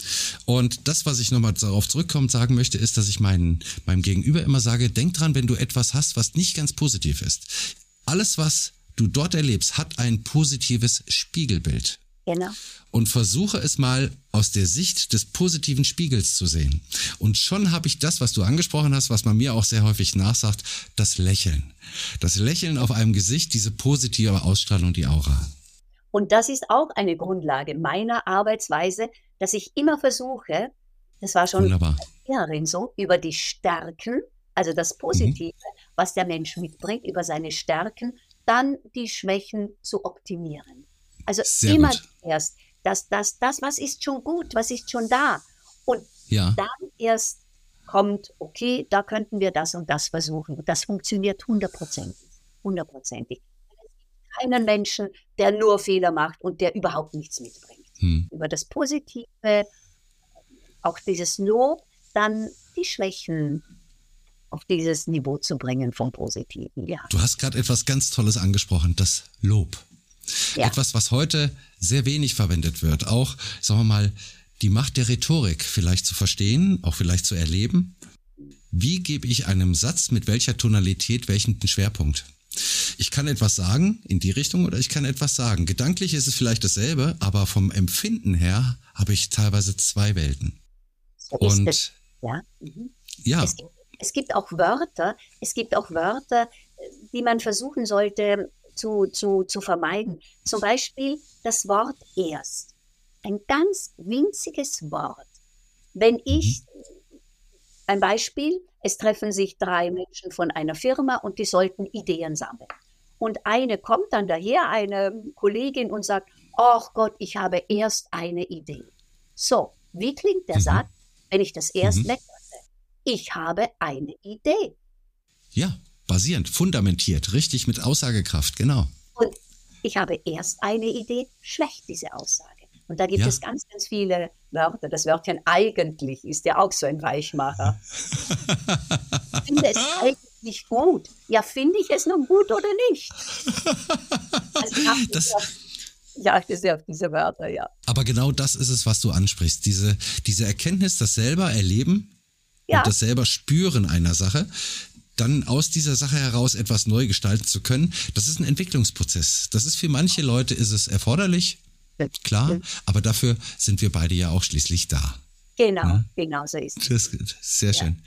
Und das, was ich nochmal darauf zurückkommen sagen möchte, ist, dass ich meinen, meinem Gegenüber immer sage, denk dran, wenn du etwas hast, was nicht ganz positiv ist. Alles, was du dort erlebst, hat ein positives Spiegelbild. Genau. Und versuche es mal aus der Sicht des positiven Spiegels zu sehen. Und schon habe ich das, was du angesprochen hast, was man mir auch sehr häufig nachsagt, das Lächeln. Das Lächeln auf einem Gesicht, diese positive Ausstrahlung, die Aura. Und das ist auch eine Grundlage meiner Arbeitsweise, dass ich immer versuche, das war schon Wunderbar. Lehrerin so, über die Stärken, also das Positive, mhm. was der Mensch mitbringt, über seine Stärken, dann die Schwächen zu optimieren. Also Sehr immer gut. erst, das, das, das, was ist schon gut, was ist schon da. Und ja. dann erst kommt, okay, da könnten wir das und das versuchen. Und das funktioniert hundertprozentig. Hundertprozentig. Es gibt keinen Menschen, der nur Fehler macht und der überhaupt nichts mitbringt. Hm. Über das Positive, auch dieses Lob, dann die Schwächen auf dieses Niveau zu bringen vom Positiven. Ja. Du hast gerade etwas ganz Tolles angesprochen, das Lob. Ja. Etwas, was heute sehr wenig verwendet wird. Auch, sagen wir mal, die Macht der Rhetorik vielleicht zu verstehen, auch vielleicht zu erleben. Wie gebe ich einem Satz mit welcher Tonalität welchen Schwerpunkt? Ich kann etwas sagen in die Richtung oder ich kann etwas sagen. Gedanklich ist es vielleicht dasselbe, aber vom Empfinden her habe ich teilweise zwei Welten. So ist Und es. Ja. Mhm. ja. Es gibt, es gibt auch Wörter, es gibt auch Wörter, die man versuchen sollte, Zu, zu, zu vermeiden. Zum Beispiel das Wort erst. Ein ganz winziges Wort. Wenn ich, ein Beispiel, es treffen sich drei Menschen von einer Firma und die sollten Ideen sammeln. Und eine kommt dann daher, eine Kollegin, und sagt, ach Gott, ich habe erst eine Idee. So, wie klingt der mhm. Satz, wenn ich das erst mhm. weglasse? Ich habe eine Idee. Ja. Basierend, fundamentiert, richtig mit Aussagekraft, genau. Und ich habe erst eine Idee, schwächt diese Aussage. Und da gibt ja. es ganz, ganz viele Wörter. Das Wörtchen eigentlich ist ja auch so ein Weichmacher. Ich finde es eigentlich gut. Ja, finde ich es nun gut oder nicht? Also ich achte das, auf, ich achte sehr auf diese Wörter, ja. Aber genau das ist es, was du ansprichst. Diese, diese Erkenntnis, das selber erleben ja. und das selber spüren einer Sache, dann aus dieser Sache heraus etwas neu gestalten zu können, das ist ein Entwicklungsprozess. Das ist für manche Leute ist es erforderlich, klar, aber dafür sind wir beide ja auch schließlich da. Genau, ja? Genau so ist es. Das ist gut. Sehr schön.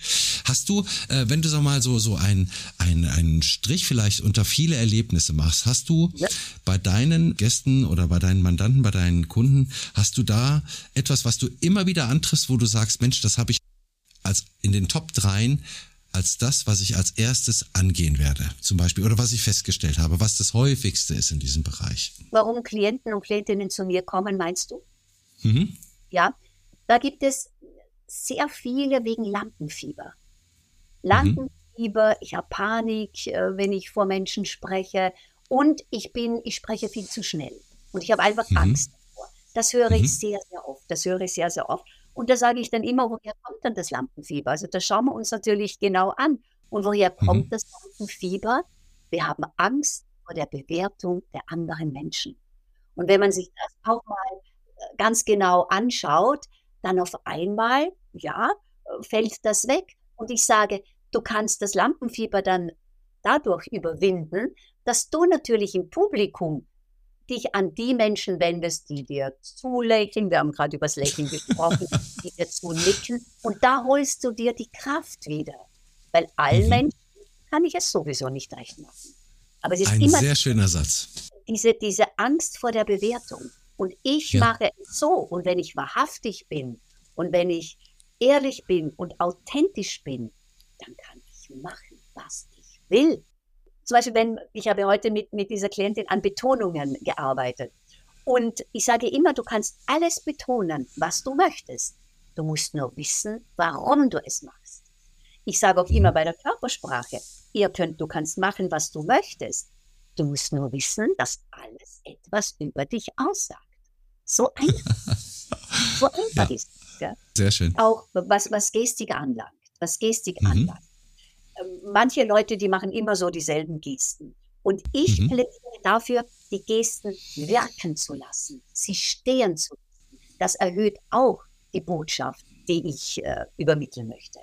Hast du, äh, wenn du sag mal so so ein, ein, einen Strich vielleicht unter viele Erlebnisse machst, hast du Ja. bei deinen Gästen oder bei deinen Mandanten, bei deinen Kunden, hast du da etwas, was du immer wieder antriffst, wo du sagst, Mensch, das habe ich als in den Top dreien als das, was ich als erstes angehen werde, zum Beispiel, oder was ich festgestellt habe, was das häufigste ist in diesem Bereich? Warum Klienten und Klientinnen zu mir kommen, meinst du? Mhm. Ja, da gibt es sehr viele wegen Lampenfieber. Mhm. Lampenfieber, ich habe Panik, äh, wenn ich vor Menschen spreche und ich bin, ich spreche viel zu schnell und ich habe einfach Mhm. Angst davor. Das höre ich Mhm. sehr, sehr oft. Das höre ich sehr, sehr oft. Und da sage ich dann immer, woher kommt denn das Lampenfieber? Also das schauen wir uns natürlich genau an. Und woher kommt Mhm. das Lampenfieber? Wir haben Angst vor der Bewertung der anderen Menschen. Und wenn man sich das auch mal äh, ganz genau anschaut, dann auf einmal, ja, äh, fällt das weg. Und ich sage, du kannst das Lampenfieber dann dadurch überwinden, dass du natürlich im Publikum dich an die Menschen wendest, die dir zulächeln. Wir haben gerade über das Lächeln gesprochen, die dir zunicken. Und da holst du dir die Kraft wieder. Weil allen Mhm. Menschen kann ich es sowieso nicht recht machen. Aber es ist Ein immer sehr schöner Satz. diese, diese Angst vor der Bewertung. Und ich Ja. mache es so. Und wenn ich wahrhaftig bin und wenn ich ehrlich bin und authentisch bin, dann kann ich machen, was ich will. Zum Beispiel, wenn ich habe heute mit, mit dieser Klientin an Betonungen gearbeitet. Und ich sage immer, du kannst alles betonen, was du möchtest. Du musst nur wissen, warum du es machst. Ich sage auch immer Mhm. bei der Körpersprache, ihr könnt, du kannst machen, was du möchtest. Du musst nur wissen, dass alles etwas über dich aussagt. So einfach, so einfach Ja, ist es. Ja? sehr schön. Auch was, was Gestik anlangt. Was Gestik Mhm. anlangt. Ähm, Manche Leute, die machen immer so dieselben Gesten. Und ich Mhm. plädiere dafür, die Gesten wirken zu lassen, sie stehen zu lassen. Das erhöht auch die Botschaft, die ich äh, übermitteln möchte.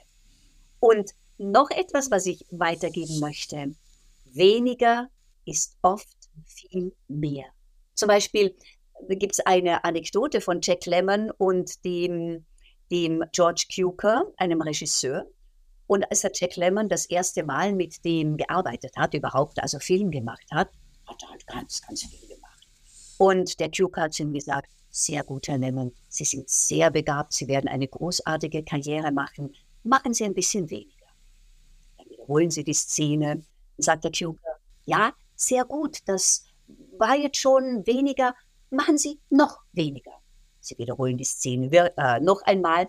Und noch etwas, was ich weitergeben möchte. Weniger ist oft viel mehr. Zum Beispiel gibt es eine Anekdote von Jack Lemmon und dem, dem George Cukor, einem Regisseur. Und als der Jack Lemmon das erste Mal mit dem gearbeitet hat, überhaupt also Film gemacht hat, hat er halt ganz, ganz viel gemacht. Und der Cukor hat zu ihm gesagt, sehr gut, Herr Lemmon, Sie sind sehr begabt, Sie werden eine großartige Karriere machen. Machen Sie ein bisschen weniger. Dann wiederholen Sie die Szene. Dann sagt der Cukor, ja, sehr gut, das war jetzt schon weniger, machen Sie noch weniger. Sie wiederholen die Szene wir- äh, noch einmal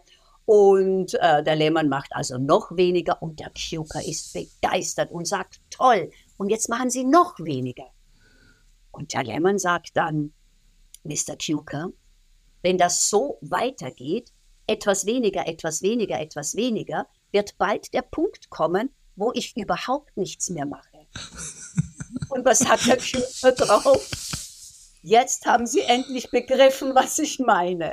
und äh, der Lehmann macht also noch weniger und der Cukor ist begeistert und sagt, toll, und jetzt machen Sie noch weniger. Und der Lehmann sagt dann, Mister Cukor, wenn das so weitergeht, etwas weniger, etwas weniger, etwas weniger, wird bald der Punkt kommen, wo ich überhaupt nichts mehr mache. Und was sagt der Cukor drauf? Jetzt haben Sie endlich begriffen, was ich meine.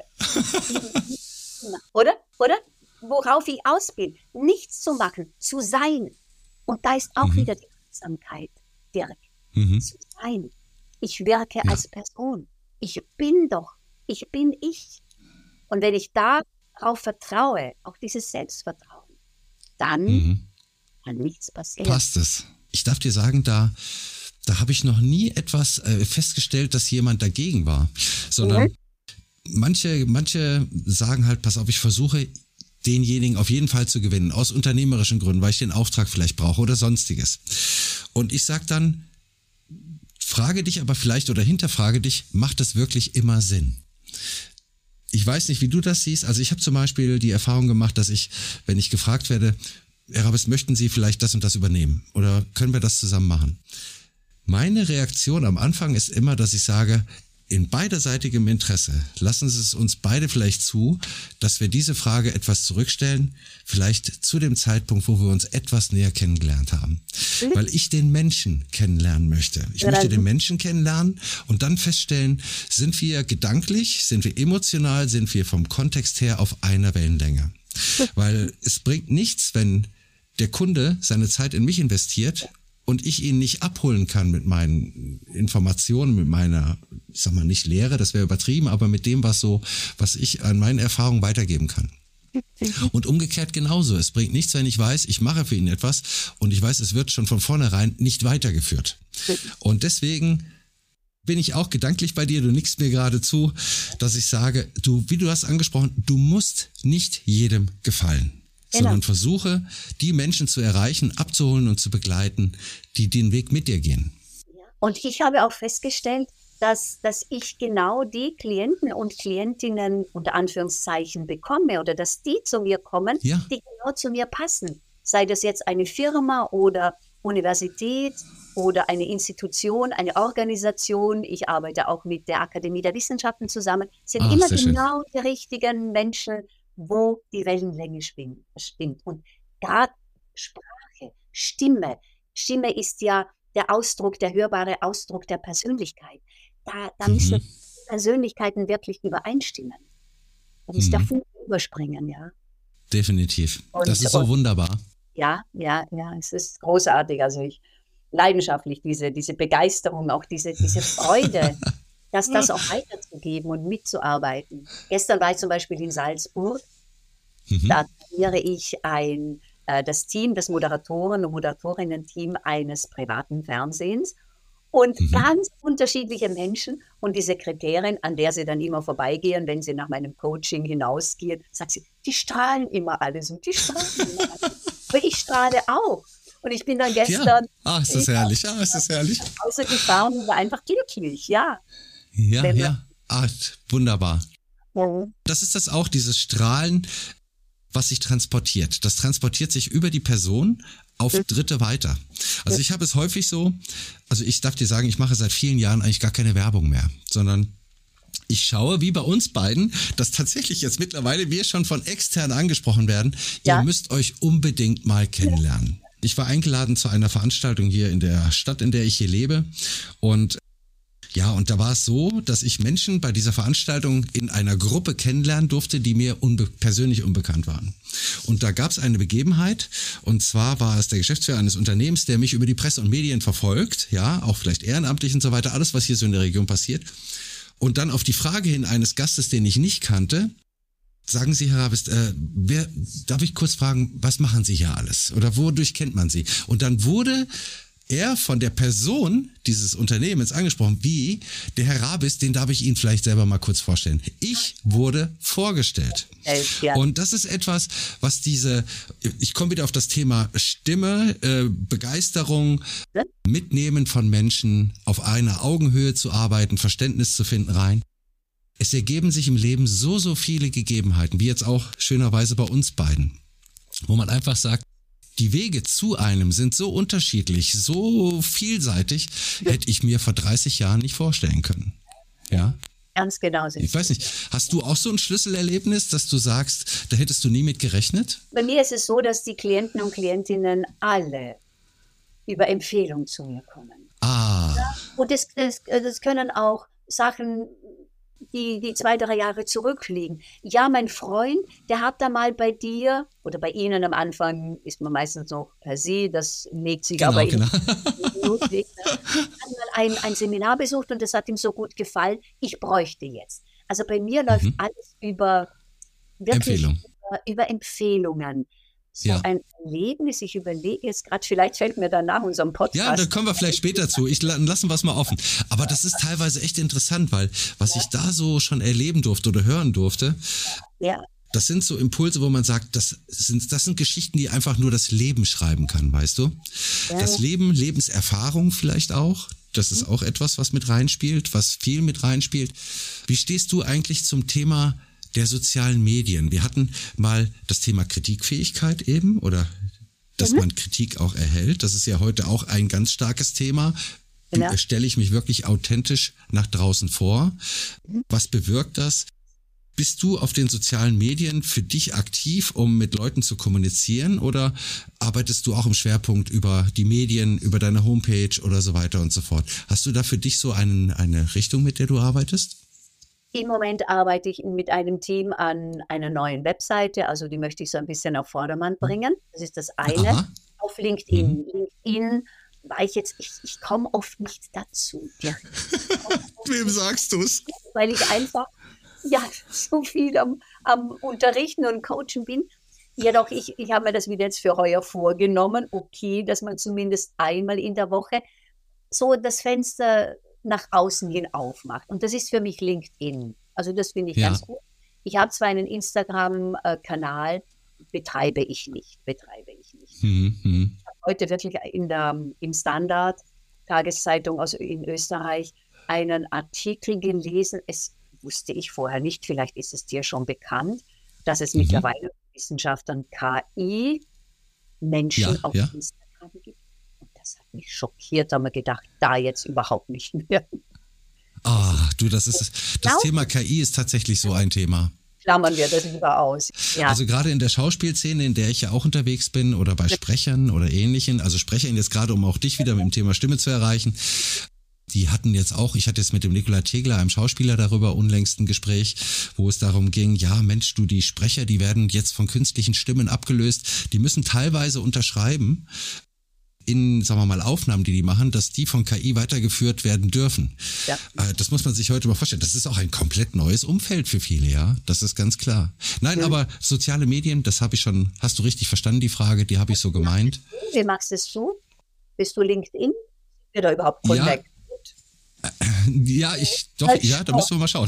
Oder? Oder? Worauf ich aus bin, nichts zu machen, zu sein. Und da ist auch Mhm. wieder die Achtsamkeit, Dirk, Mhm. zu sein. Ich wirke Ja. als Person. Ich bin doch, ich bin ich. Und wenn ich darauf vertraue, auf dieses Selbstvertrauen, dann Mhm. kann nichts passieren. Passt es. Ich darf dir sagen, da, da habe ich noch nie etwas äh, festgestellt, dass jemand dagegen war, sondern Mhm. manche, manche sagen halt, pass auf, ich versuche denjenigen auf jeden Fall zu gewinnen, aus unternehmerischen Gründen, weil ich den Auftrag vielleicht brauche oder sonstiges. Und ich sage dann, frage dich aber vielleicht oder hinterfrage dich, macht das wirklich immer Sinn? Ich weiß nicht, wie du das siehst. Also ich habe zum Beispiel die Erfahrung gemacht, dass ich, wenn ich gefragt werde, Herr Rabes, möchten Sie vielleicht das und das übernehmen? Oder können wir das zusammen machen? Meine Reaktion am Anfang ist immer, dass ich sage, in beiderseitigem Interesse, lassen Sie es uns beide vielleicht zu, dass wir diese Frage etwas zurückstellen, vielleicht zu dem Zeitpunkt, wo wir uns etwas näher kennengelernt haben. Mhm. Weil ich den Menschen kennenlernen möchte. Ich Ja, möchte dann- den Menschen kennenlernen und dann feststellen, sind wir gedanklich, sind wir emotional, sind wir vom Kontext her auf einer Wellenlänge. Weil es bringt nichts, wenn der Kunde seine Zeit in mich investiert und ich ihn nicht abholen kann mit meinen Informationen, mit meiner, ich sag mal nicht Lehre, das wäre übertrieben, aber mit dem, was so, was ich an meinen Erfahrungen weitergeben kann. Und umgekehrt genauso. Es bringt nichts, wenn ich weiß, ich mache für ihn etwas und ich weiß, es wird schon von vornherein nicht weitergeführt. Und deswegen bin ich auch gedanklich bei dir, du nickst mir gerade zu, dass ich sage, du, wie du hast angesprochen, du musst nicht jedem gefallen, genau. sondern versuche, die Menschen zu erreichen, abzuholen und zu begleiten, die den Weg mit dir gehen. Und ich habe auch festgestellt, dass, dass ich genau die Klienten und Klientinnen unter Anführungszeichen bekomme oder dass die zu mir kommen, ja. die genau zu mir passen. Sei das jetzt eine Firma oder Universität oder eine Institution, eine Organisation. Ich arbeite auch mit der Akademie der Wissenschaften zusammen. Es sind Ach, immer sehr genau schön. Die richtigen Menschen, wo die Wellenlänge stimmt. Und gerade Sprache, Stimme. Stimme ist ja der Ausdruck, der hörbare Ausdruck der Persönlichkeit. Da, da mhm. müssen Persönlichkeiten wirklich übereinstimmen. Da muss mhm. der Funke überspringen, ja. Definitiv. Und, das ist so und, wunderbar. Ja, ja, ja, es ist großartig. Also ich leidenschaftlich diese, diese Begeisterung, auch diese, diese Freude, dass das auch weiterzugeben und mitzuarbeiten. Gestern war ich zum Beispiel in Salzburg. Mhm. Da trainiere ich ein das Team, das Moderatoren- und Moderatorinnen-Team eines privaten Fernsehens und mhm. ganz unterschiedliche Menschen. Und die Sekretärin, an der sie dann immer vorbeigehen, wenn sie nach meinem Coaching hinausgehen, sagt sie, die strahlen immer alles und die strahlen immer alles. Aber ich strahle auch. Und ich bin dann gestern... Ja. Ach, ist das herrlich, ah, ist das herrlich. Rausgefahren und war einfach glücklich, ja. Ja, wenn ja, ah, wunderbar. Ja. Das ist das auch, dieses Strahlen, was sich transportiert. Das transportiert sich über die Person auf Dritte weiter. Also ich habe es häufig so, also ich darf dir sagen, ich mache seit vielen Jahren eigentlich gar keine Werbung mehr, sondern ich schaue, wie bei uns beiden, dass tatsächlich jetzt mittlerweile wir schon von extern angesprochen werden. Ja. Ihr müsst euch unbedingt mal kennenlernen. Ich war eingeladen zu einer Veranstaltung hier in der Stadt, in der ich hier lebe und ja, und da war es so, dass ich Menschen bei dieser Veranstaltung in einer Gruppe kennenlernen durfte, die mir unbe- persönlich unbekannt waren. Und da gab es eine Begebenheit, und zwar war es der Geschäftsführer eines Unternehmens, der mich über die Presse und Medien verfolgt, ja, auch vielleicht ehrenamtlich und so weiter, alles, was hier so in der Region passiert. Und dann auf die Frage hin eines Gastes, den ich nicht kannte, sagen Sie, Herr Rabist, äh, wer, darf ich kurz fragen, was machen Sie hier alles? Oder wodurch kennt man Sie? Und dann wurde er von der Person dieses Unternehmens angesprochen, wie der Herr Rabist, den darf ich Ihnen vielleicht selber mal kurz vorstellen. Ich wurde vorgestellt. Ja. Und das ist etwas, was diese, ich komme wieder auf das Thema Stimme, äh, Begeisterung, ja. Mitnehmen von Menschen, auf einer Augenhöhe zu arbeiten, Verständnis zu finden rein. Es ergeben sich im Leben so, so viele Gegebenheiten, wie jetzt auch schönerweise bei uns beiden, wo man einfach sagt, die Wege zu einem sind so unterschiedlich, so vielseitig, hätte ich mir vor dreißig Jahren nicht vorstellen können. Ja? Ganz genau. Ich weiß nicht, hast du auch so ein Schlüsselerlebnis, dass du sagst, da hättest du nie mit gerechnet? Bei mir ist es so, dass die Klienten und Klientinnen alle über Empfehlung zu mir kommen. Ah. Ja? Und das, das, das können auch Sachen, die, die zwei, drei Jahre zurückliegen. Ja, mein Freund, der hat da mal bei dir oder bei Ihnen am Anfang, ist man meistens noch per Se, das legt sich genau, aber genau. in Ludwig, ne? Hat mal ein, ein Seminar besucht und das hat ihm so gut gefallen, ich bräuchte jetzt. Also bei mir läuft mhm. alles über, wirklich Empfehlung. über, über Empfehlungen. So ja. ein Erlebnis, ich überlege jetzt gerade, vielleicht fällt mir dann nach unserem Podcast. Ja, da kommen wir vielleicht später zu. Ich lassen wir es mal offen. Aber das ist teilweise echt interessant, weil was ja. ich da so schon erleben durfte oder hören durfte, ja. das sind so Impulse, wo man sagt, das sind, das sind Geschichten, die einfach nur das Leben schreiben kann, weißt du? Ja. Das Leben, Lebenserfahrung vielleicht auch. Das ist auch etwas, was mit reinspielt, was viel mit reinspielt. Wie stehst du eigentlich zum Thema der sozialen Medien? Wir hatten mal das Thema Kritikfähigkeit eben oder dass mhm. man Kritik auch erhält. Das ist ja heute auch ein ganz starkes Thema. Wie genau. stelle ich mich wirklich authentisch nach draußen vor? Mhm. Was bewirkt das? Bist du auf den sozialen Medien für dich aktiv, um mit Leuten zu kommunizieren oder arbeitest du auch im Schwerpunkt über die Medien, über deine Homepage oder so weiter und so fort? Hast du da für dich so einen, eine Richtung, mit der du arbeitest? Im Moment arbeite ich mit einem Team an einer neuen Webseite, also die möchte ich so ein bisschen auf Vordermann bringen. Das ist das eine. Aha. Auf LinkedIn. Mhm. LinkedIn war ich jetzt, ich, ich komme oft nicht dazu. Wem sagst du es? Weil ich einfach, ja, so viel am, am Unterrichten und Coachen bin. Jedoch, ich, ich habe mir das wieder jetzt für heuer vorgenommen, okay, dass man zumindest einmal in der Woche so das Fenster nach außen hin aufmacht. Und das ist für mich LinkedIn. Also das finde ich Ja. ganz gut. Ich habe zwar einen Instagram-Kanal, betreibe ich nicht, betreibe ich nicht. Hm, hm. Ich habe heute wirklich in der, im Standard, Tageszeitung aus in Österreich, einen Artikel gelesen. Es wusste ich vorher nicht, vielleicht ist es dir schon bekannt, dass es Mhm. mittlerweile Wissenschaftlern K I-Menschen Ja, auf ja. Instagram gibt. Und das hat mich schockiert, da haben wir gedacht, da jetzt überhaupt nicht mehr. Ah, du, das ist das Genau. Thema K I ist tatsächlich so ein Thema. Klammern wir das lieber aus. Ja, Also gerade in der Schauspielszene, in der ich ja auch unterwegs bin oder bei Sprechern oder Ähnlichen, also Sprechern jetzt gerade, um auch dich wieder mit dem Thema Stimme zu erreichen, die hatten jetzt auch, ich hatte jetzt mit dem Nikolai Tegler, einem Schauspieler, darüber unlängst ein Gespräch, wo es darum ging, ja Mensch, du, die Sprecher, die werden jetzt von künstlichen Stimmen abgelöst, die müssen teilweise unterschreiben, in, sagen wir mal, Aufnahmen, die die machen, dass die von K I weitergeführt werden dürfen. ja. Äh, Das muss man sich heute mal vorstellen. Das ist auch ein komplett neues Umfeld für viele, ja. Das ist ganz klar. Nein, Mhm. aber soziale Medien, das habe ich schon, hast du richtig verstanden, die Frage, die habe ich so gemeint. Wie machst du es du? Bist du LinkedIn? Oder überhaupt Ja. Connect? Ja, ich, doch, Halt, ja, da müssen wir mal schauen.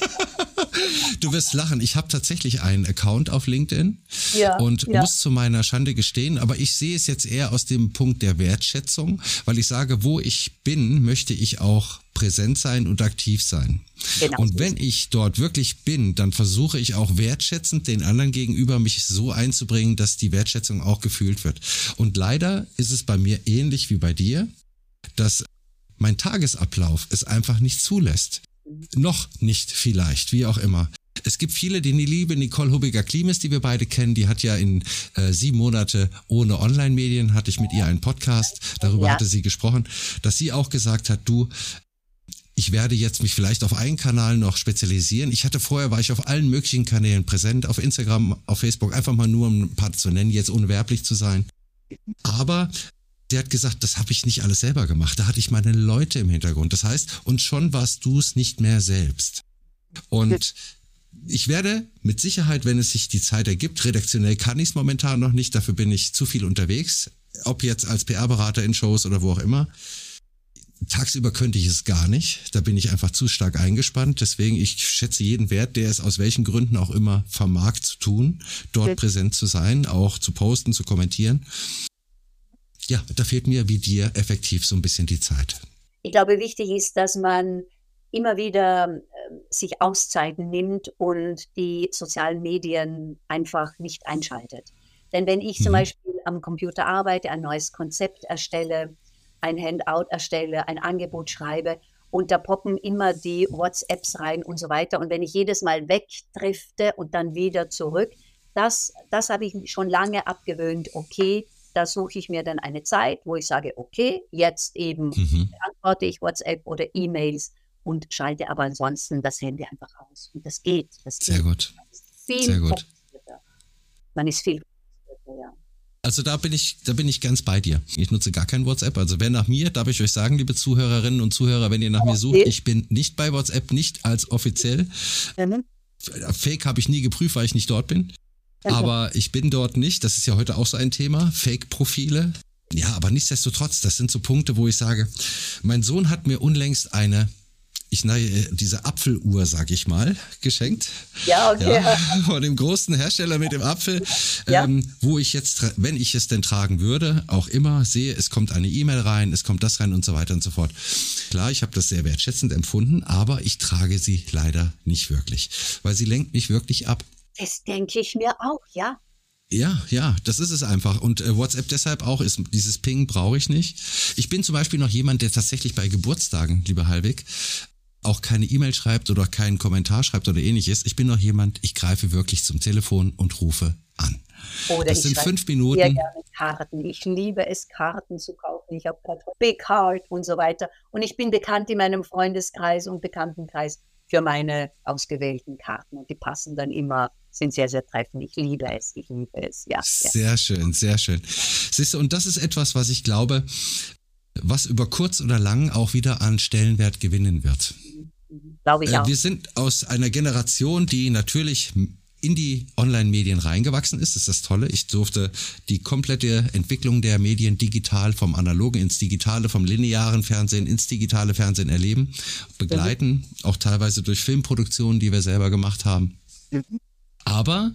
Du wirst lachen. Ich habe tatsächlich einen Account auf LinkedIn Ja, und ja. muss zu meiner Schande gestehen, aber ich sehe es jetzt eher aus dem Punkt der Wertschätzung, weil ich sage, wo ich bin, möchte ich auch präsent sein und aktiv sein. Genau. Und wenn ich dort wirklich bin, dann versuche ich auch wertschätzend den anderen gegenüber mich so einzubringen, dass die Wertschätzung auch gefühlt wird. Und leider ist es bei mir ähnlich wie bei dir, dass mein Tagesablauf es einfach nicht zulässt. Noch nicht vielleicht, wie auch immer. Es gibt viele, die die liebe Nicole Hubbiger-Klimes, die wir beide kennen, die hat ja in äh, sieben Monate ohne Online-Medien, hatte ich mit ihr einen Podcast, darüber Ja. hatte sie gesprochen, dass sie auch gesagt hat, du, ich werde jetzt mich vielleicht auf einen Kanal noch spezialisieren. Ich hatte vorher, war ich auf allen möglichen Kanälen präsent, auf Instagram, auf Facebook, einfach mal nur um ein paar zu nennen, jetzt ohne werblich zu sein. Aber sie hat gesagt, das habe ich nicht alles selber gemacht. Da hatte ich meine Leute im Hintergrund. Das heißt, und schon warst du es nicht mehr selbst. Und ich werde mit Sicherheit, wenn es sich die Zeit ergibt, redaktionell kann ich es momentan noch nicht, dafür bin ich zu viel unterwegs, ob jetzt als P R-Berater in Shows oder wo auch immer. Tagsüber könnte ich es gar nicht, da bin ich einfach zu stark eingespannt. Deswegen, ich schätze jeden Wert, der es aus welchen Gründen auch immer vermag zu tun, dort Ja. präsent zu sein, auch zu posten, zu kommentieren. Ja, da fehlt mir wie dir effektiv so ein bisschen die Zeit. Ich glaube, wichtig ist, dass man immer wieder äh, sich Auszeiten nimmt und die sozialen Medien einfach nicht einschaltet. Denn wenn ich zum Mhm. Beispiel am Computer arbeite, ein neues Konzept erstelle, ein Handout erstelle, ein Angebot schreibe und da poppen immer die WhatsApps rein und so weiter. Und wenn ich jedes Mal wegdrifte und dann wieder zurück, das, das habe ich schon lange abgewöhnt. Okay, da suche ich mir dann eine Zeit, wo ich sage, okay, jetzt eben Mhm. beantworte ich WhatsApp oder E-Mails und schalte aber ansonsten das Handy einfach aus. Und das geht. Das Sehr geht. gut. Man ist viel Sehr gut. fokussierter. Man ist viel fokussierter, ja. Also da bin ich, da bin ich ganz bei dir. Ich nutze gar kein WhatsApp. Also wer nach mir, darf ich euch sagen, liebe Zuhörerinnen und Zuhörer, wenn ihr nach mir sucht, Okay. ich bin nicht bei WhatsApp, nicht als offiziell. Fake habe ich nie geprüft, weil ich nicht dort bin. Aber ich bin dort nicht. Das ist ja heute auch so ein Thema. Fake-Profile. Ja, aber nichtsdestotrotz, das sind so Punkte, wo ich sage, mein Sohn hat mir unlängst eine, ich neige, diese Apfeluhr, sag ich mal, geschenkt. Ja, okay. Ja, von dem großen Hersteller mit dem Apfel, Ja. ähm, wo ich jetzt, tra- wenn ich es denn tragen würde, auch immer sehe, es kommt eine E-Mail rein, es kommt das rein und so weiter und so fort. Klar, ich habe das sehr wertschätzend empfunden, aber ich trage sie leider nicht wirklich, weil sie lenkt mich wirklich ab. Das denke ich mir auch, ja. Ja, ja, das ist es einfach. Und äh, WhatsApp deshalb auch, ist dieses Ping brauche ich nicht. Ich bin zum Beispiel noch jemand, der tatsächlich bei Geburtstagen, lieber Hallwig, auch keine E-Mail schreibt oder keinen Kommentar schreibt oder ähnliches. Ich bin noch jemand, ich greife wirklich zum Telefon und rufe an. Oder Das ich sind schreibe fünf sehr Minuten. gerne Karten. Ich liebe es, Karten zu kaufen. Ich habe gerade Big Card und so weiter. Und ich bin bekannt in meinem Freundeskreis und Bekanntenkreis für meine ausgewählten Karten. Und die passen dann immer, sind sehr, sehr treffend. Ich liebe es, ich liebe es, ja. ja. Sehr schön, sehr schön. Siehst du, und das ist etwas, was ich glaube, was über kurz oder lang auch wieder an Stellenwert gewinnen wird. Glaube ich Äh, auch. Wir sind aus einer Generation, die natürlich in die Online-Medien reingewachsen ist. Das ist das Tolle. Ich durfte die komplette Entwicklung der Medien digital vom Analogen ins Digitale, vom linearen Fernsehen ins digitale Fernsehen erleben, begleiten, auch teilweise durch Filmproduktionen, die wir selber gemacht haben. Aber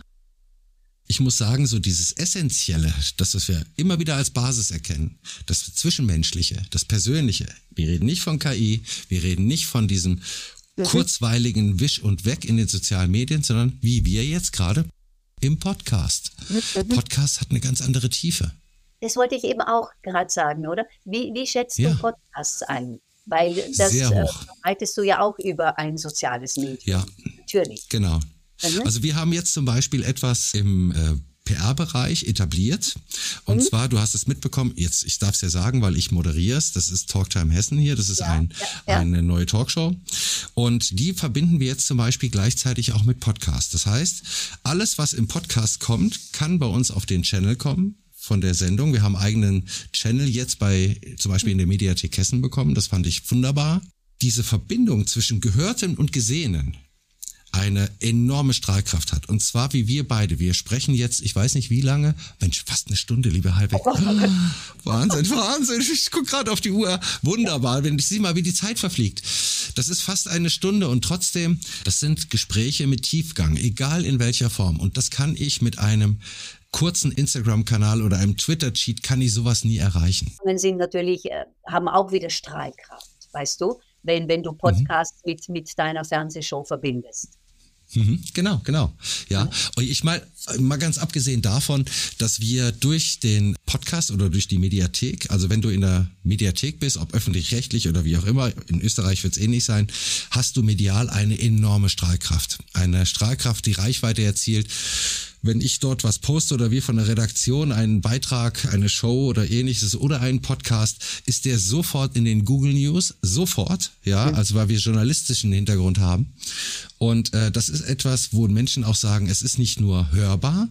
ich muss sagen, so dieses Essentielle, das, was wir immer wieder als Basis erkennen, das Zwischenmenschliche, das Persönliche. Wir reden nicht von K I, wir reden nicht von diesem kurzweiligen Wisch und Weg in den sozialen Medien, sondern wie wir jetzt gerade im Podcast. Podcast hat eine ganz andere Tiefe. Das wollte ich eben auch gerade sagen, oder? Wie, wie schätzt Ja. du Podcasts ein? Weil das Sehr äh, hoch. verbreitest du ja auch über ein soziales Medium. Ja, Natürlich. genau. Mhm. Also wir haben jetzt zum Beispiel etwas im äh, P R-Bereich etabliert. Und Mhm. zwar, du hast es mitbekommen, jetzt, ich darf es ja sagen, weil ich moderiere es, das ist Talktime Hessen hier, das ist Ja, ein, ja, ja. eine neue Talkshow. Und die verbinden wir jetzt zum Beispiel gleichzeitig auch mit Podcast. Das heißt, alles, was im Podcast kommt, kann bei uns auf den Channel kommen von der Sendung. Wir haben einen eigenen Channel jetzt bei, zum Beispiel in der Mediathek Hessen bekommen. Das fand ich wunderbar. Diese Verbindung zwischen Gehörten und Gesehenen eine enorme Strahlkraft hat. Und zwar wie wir beide. Wir sprechen jetzt, ich weiß nicht wie lange, Mensch, fast eine Stunde, liebe Halbweg. Ah, Wahnsinn, Wahnsinn. Ich gucke gerade auf die Uhr. Wunderbar, wenn ich sehe mal, wie die Zeit verfliegt. Das ist fast eine Stunde und trotzdem, das sind Gespräche mit Tiefgang, egal in welcher Form. Und das kann ich mit einem kurzen Instagram-Kanal oder einem Twitter-Cheat, kann ich sowas nie erreichen. Und sind natürlich, äh, haben auch wieder Strahlkraft, weißt du? Wenn, wenn du Podcasts mhm. mit, mit deiner Fernsehshow verbindest. Mhm, genau, genau. Ja, und ich mal, mal ganz abgesehen davon, dass wir durch den Podcast oder durch die Mediathek, also wenn du in der Mediathek bist, ob öffentlich-rechtlich oder wie auch immer, in Österreich wird es ähnlich sein, hast du medial eine enorme Strahlkraft. Eine Strahlkraft, die Reichweite erzielt. Wenn ich dort was poste oder wir von der Redaktion einen Beitrag, eine Show oder ähnliches oder einen Podcast, ist der sofort in den Google News, sofort, ja, ja. also weil wir journalistischen Hintergrund haben. Und äh, das ist etwas, wo Menschen auch sagen, es ist nicht nur hörbar,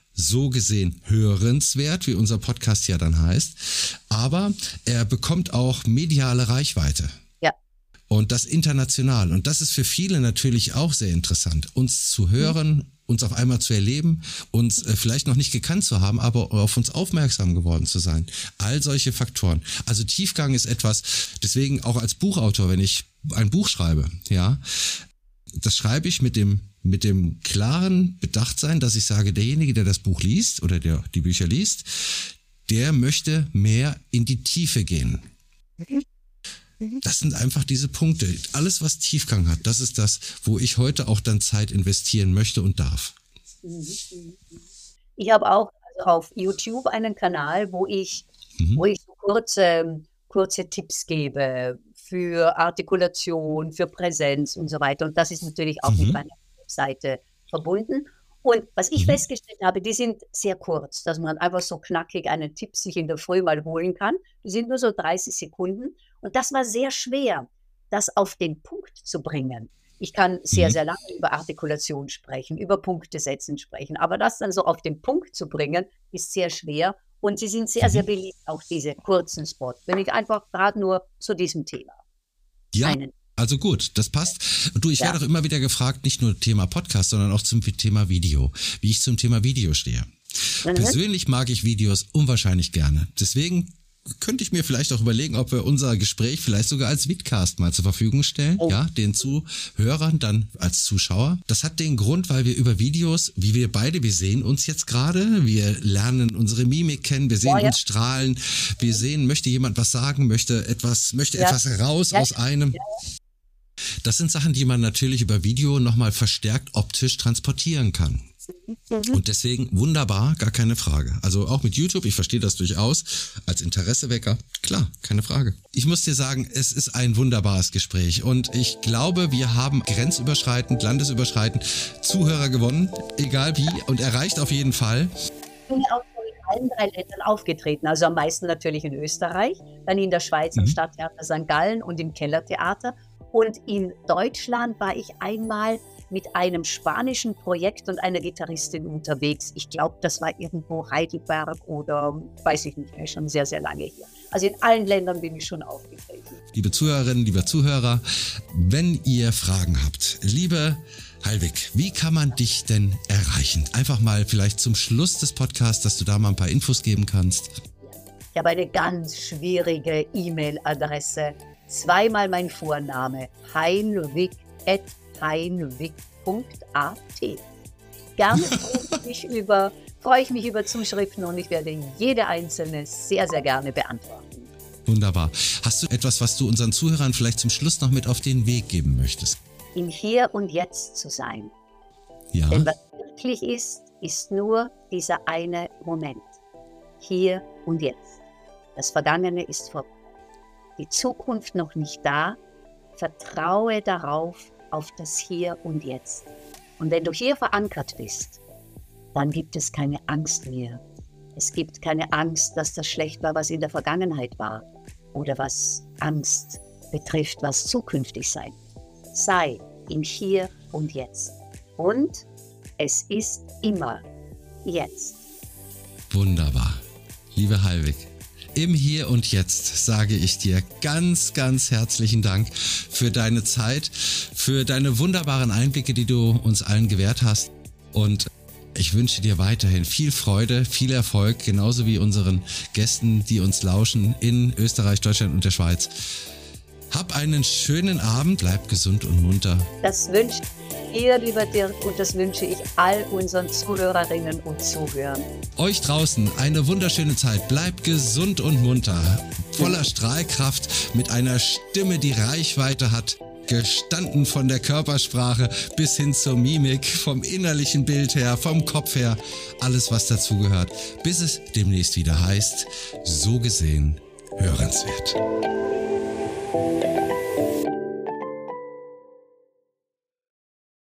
so gesehen hörenswert, wie unser Podcast ja dann heißt, aber er bekommt auch mediale Reichweite. Ja. Und das international. Und das ist für viele natürlich auch sehr interessant, uns zu hören, mhm. uns auf einmal zu erleben, uns äh, vielleicht noch nicht gekannt zu haben, aber auf uns aufmerksam geworden zu sein. All solche Faktoren. Also Tiefgang ist etwas, deswegen auch als Buchautor, wenn ich ein Buch schreibe, ja, das schreibe ich mit dem mit dem klaren Bedachtsein, dass ich sage, derjenige, der das Buch liest oder der die Bücher liest, der möchte mehr in die Tiefe gehen. Das sind einfach diese Punkte. Alles, was Tiefgang hat, das ist das, wo ich heute auch dann Zeit investieren möchte und darf. Ich habe auch auf YouTube einen Kanal, wo ich, mhm. wo ich so kurze, kurze Tipps gebe für Artikulation, für Präsenz und so weiter. Und das ist natürlich auch mhm. mit meiner Webseite verbunden. Und was ich mhm. festgestellt habe, die sind sehr kurz, dass man einfach so knackig einen Tipp sich in der Früh mal holen kann. Die sind nur so dreißig Sekunden. Und das war sehr schwer, das auf den Punkt zu bringen. Ich kann sehr, mhm. sehr lange über Artikulation sprechen, über Punkte setzen sprechen. Aber das dann so auf den Punkt zu bringen, ist sehr schwer. Und sie sind sehr, sehr beliebt, auch diese kurzen Spots. Wenn ich einfach gerade nur zu diesem Thema ja. einen. Also gut, das passt. Und du, ich ja. werde auch immer wieder gefragt, nicht nur Thema Podcast, sondern auch zum Thema Video, wie ich zum Thema Video stehe. Mhm. Persönlich mag ich Videos unwahrscheinlich gerne. Deswegen könnte ich mir vielleicht auch überlegen, ob wir unser Gespräch vielleicht sogar als Vidcast mal zur Verfügung stellen, oh. ja, den Zuhörern dann als Zuschauer. Das hat den Grund, weil wir über Videos, wie wir beide, wir sehen uns jetzt gerade, wir lernen unsere Mimik kennen, wir sehen oh, ja. uns strahlen, wir sehen, möchte jemand was sagen, möchte etwas, möchte ja. etwas raus ja. aus einem. Ja. Das sind Sachen, die man natürlich über Video nochmal verstärkt optisch transportieren kann. Und deswegen wunderbar, gar keine Frage. Also auch mit YouTube, ich verstehe das durchaus als Interessewecker. Klar, keine Frage. Ich muss dir sagen, es ist ein wunderbares Gespräch und ich glaube, wir haben grenzüberschreitend, landesüberschreitend Zuhörer gewonnen, egal wie, und erreicht auf jeden Fall. Ich bin auch in allen drei Ländern aufgetreten, also am meisten natürlich in Österreich, dann in der Schweiz am mhm. Stadttheater Sankt Gallen und im Kellertheater. Und in Deutschland war ich einmal mit einem spanischen Projekt und einer Gitarristin unterwegs. Ich glaube, das war irgendwo Heidelberg oder weiß ich nicht mehr, schon sehr, sehr lange hier. Also in allen Ländern bin ich schon aufgetreten. Liebe Zuhörerinnen, lieber Zuhörer, wenn ihr Fragen habt, liebe Heilwig, wie kann man dich denn erreichen? Einfach mal vielleicht zum Schluss des Podcasts, dass du da mal ein paar Infos geben kannst. Ich habe eine ganz schwierige E-Mail-Adresse. Zweimal mein Vorname, heinwig at heinwig punkt a t. Gerne freue ich mich über, freue ich mich über Zuschriften und ich werde jede einzelne sehr, sehr gerne beantworten. Wunderbar. Hast du etwas, was du unseren Zuhörern vielleicht zum Schluss noch mit auf den Weg geben möchtest? Im Hier und Jetzt zu sein. Ja. Denn was wirklich ist, ist nur dieser eine Moment. Hier und jetzt. Das Vergangene ist vorbei. Die Zukunft noch nicht da. Vertraue darauf, auf das Hier und Jetzt. Und wenn du hier verankert bist, dann gibt es keine Angst mehr. Es gibt keine Angst, dass das schlecht war, was in der Vergangenheit war. Oder was Angst betrifft, was zukünftig sein wird. Sei im Hier und Jetzt. Und es ist immer jetzt. Wunderbar. Liebe Heilwig, im Hier und Jetzt sage ich dir ganz, ganz herzlichen Dank für deine Zeit, für deine wunderbaren Einblicke, die du uns allen gewährt hast. Und ich wünsche dir weiterhin viel Freude, viel Erfolg, genauso wie unseren Gästen, die uns lauschen in Österreich, Deutschland und der Schweiz. Hab einen schönen Abend, bleib gesund und munter. Das wünsche ich dir, lieber Dirk, und das wünsche ich all unseren Zuhörerinnen und Zuhörern. Euch draußen eine wunderschöne Zeit. Bleibt gesund und munter, voller Strahlkraft, mit einer Stimme, die Reichweite hat, gestanden von der Körpersprache bis hin zur Mimik, vom innerlichen Bild her, vom Kopf her, alles was dazugehört, bis es demnächst wieder heißt, so gesehen, hörenswert.